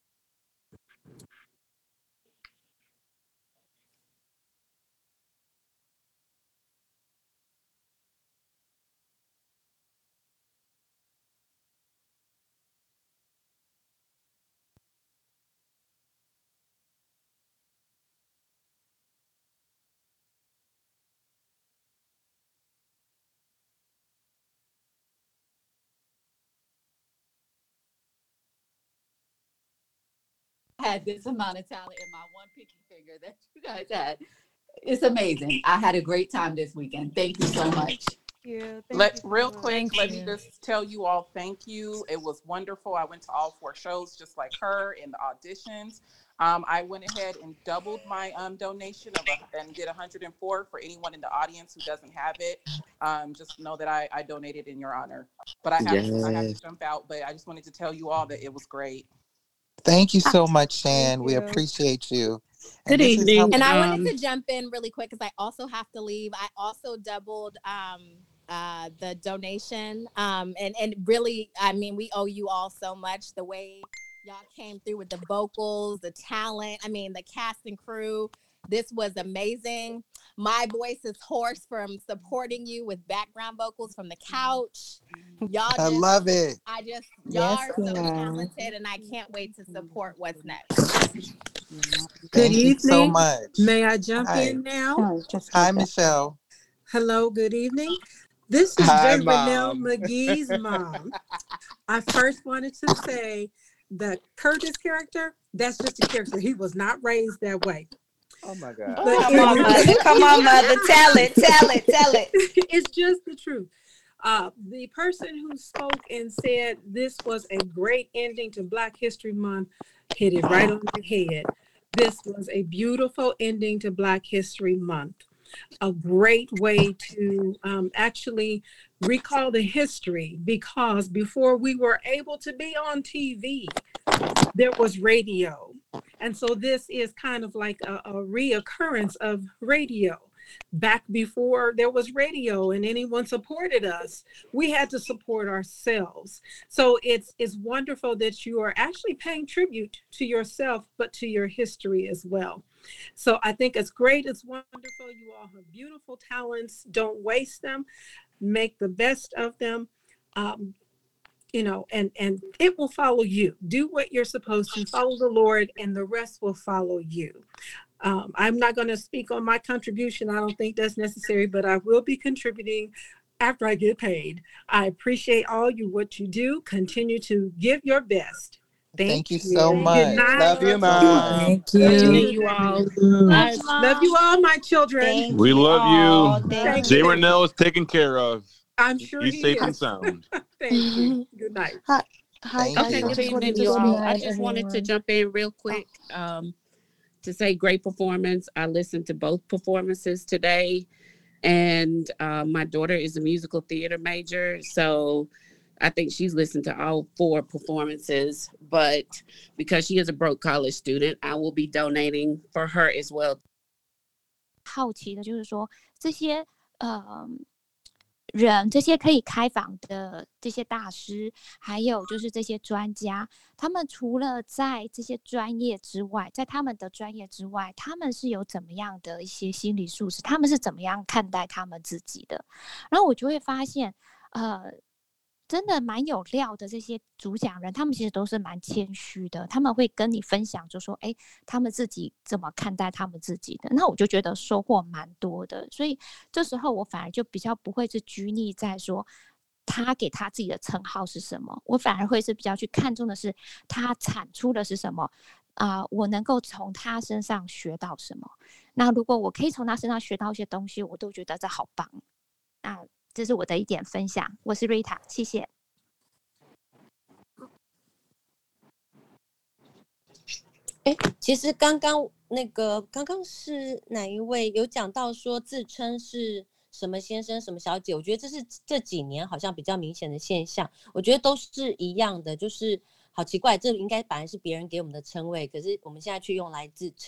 Had this amount of talent in my one pinky finger that you guys had. It's amazing. I had a great time this weekend. Thank you so much. Thank you. Thank let you real so quick, much. let me just tell you all thank you. It was wonderful. I went to all four shows just like her in the auditions. Um, I went ahead and doubled my um, donation of a, and did one hundred four for anyone in the audience who doesn't have it. Um, just know that I, I donated in your honor. But I have, yes. I have to jump out. But I just wanted to tell you all that it was great. Thank you so much, Shan. We appreciate you. Good evening. And I wanted um, to jump in really quick because I also have to leave. I also doubled um, uh, the donation. Um, and, and really, I mean, we owe you all so much. The way y'all came through with the vocals, the talent, I mean, the cast and crew. This was amazing. My voice is hoarse from supporting you with background vocals from the couch. Y'all I just, love it. I just, y'all Yes, are so yeah. talented, and I can't wait to support what's next. Good Thank evening. you so much. May I jump Hi. in now? Oh, just Hi, like that. Michelle. Hello, good evening. This is Hi, J. Renelle Mom. McGee's mom. I first wanted to say the Curtis character, that's just a character. He was not raised that way. Oh my God. But Come on, mother. Come on, mother. Tell it. Tell it. Tell it. It's just the truth. Uh, the person who spoke and said this was a great ending to Black History Month hit it right on the head. This was a beautiful ending to Black History Month. A great way to um, actually recall the history, because before we were able to be on T V, there was radio. And so this is kind of like a, a reoccurrence of radio. Back before there was radio and anyone supported us, we had to support ourselves. So it's it's wonderful that you are actually paying tribute to yourself, but to your history as well. So I think it's great. It's wonderful. You all have beautiful talents. Don't waste them. Make the best of them. Um, you know, and, and it will follow you. Do what you're supposed to. Follow the Lord, and the rest will follow you. Um, I'm not going to speak on my contribution. I don't think that's necessary, but I will be contributing after I get paid. I appreciate all you, what you do. Continue to give your best. Thank, Thank you you. so Good much. night. Love you, Mom. Thank Love you. you all. Love you, Love you all, my children. Thank We you love all. you. Thank Jay you. Renell is taken care of. I'm sure He's he safe is. and sound. Thank you. Good night. Hi, hi Thank guys. Okay, you. I good just wanted evening, to you say, all. I I just wanted to jump in real quick um, to say great performance. I listened to both performances today, and uh, my daughter is a musical theater major, so I think she's listened to all four performances. But because she is a broke college student, I will be donating for her as well. 好奇的就是说，这些呃人，这些可以开访的这些大师，还有就是这些专家，他们除了在这些专业之外，在他们的专业之外，他们是有怎么样的一些心理素质，他们是怎么样看待他们自己的。然后我就会发现，呃。真的蛮有料的这些主讲人，他们其实都是蛮谦虚的，他们会跟你分享，就说，哎，他们自己怎么看待他们自己的。那我就觉得收获蛮多的，所以这时候我反而就比较不会是拘泥在说他给他自己的称号是什么，我反而会是比较去看重的是他产出的是什么啊、呃，我能够从他身上学到什么。那如果我可以从他身上学到一些东西，我都觉得这好棒。那这是我的一点分享，我是 Rita， 谢谢。 哎，其实刚刚那个刚刚是哪一位有讲到说自称是什么先生什么小姐，我觉得这是这几年好像比较明显的现象，我觉得都是一样的，就是好奇怪，这应该本来是别人给我们的称谓，可是我们现在去用来自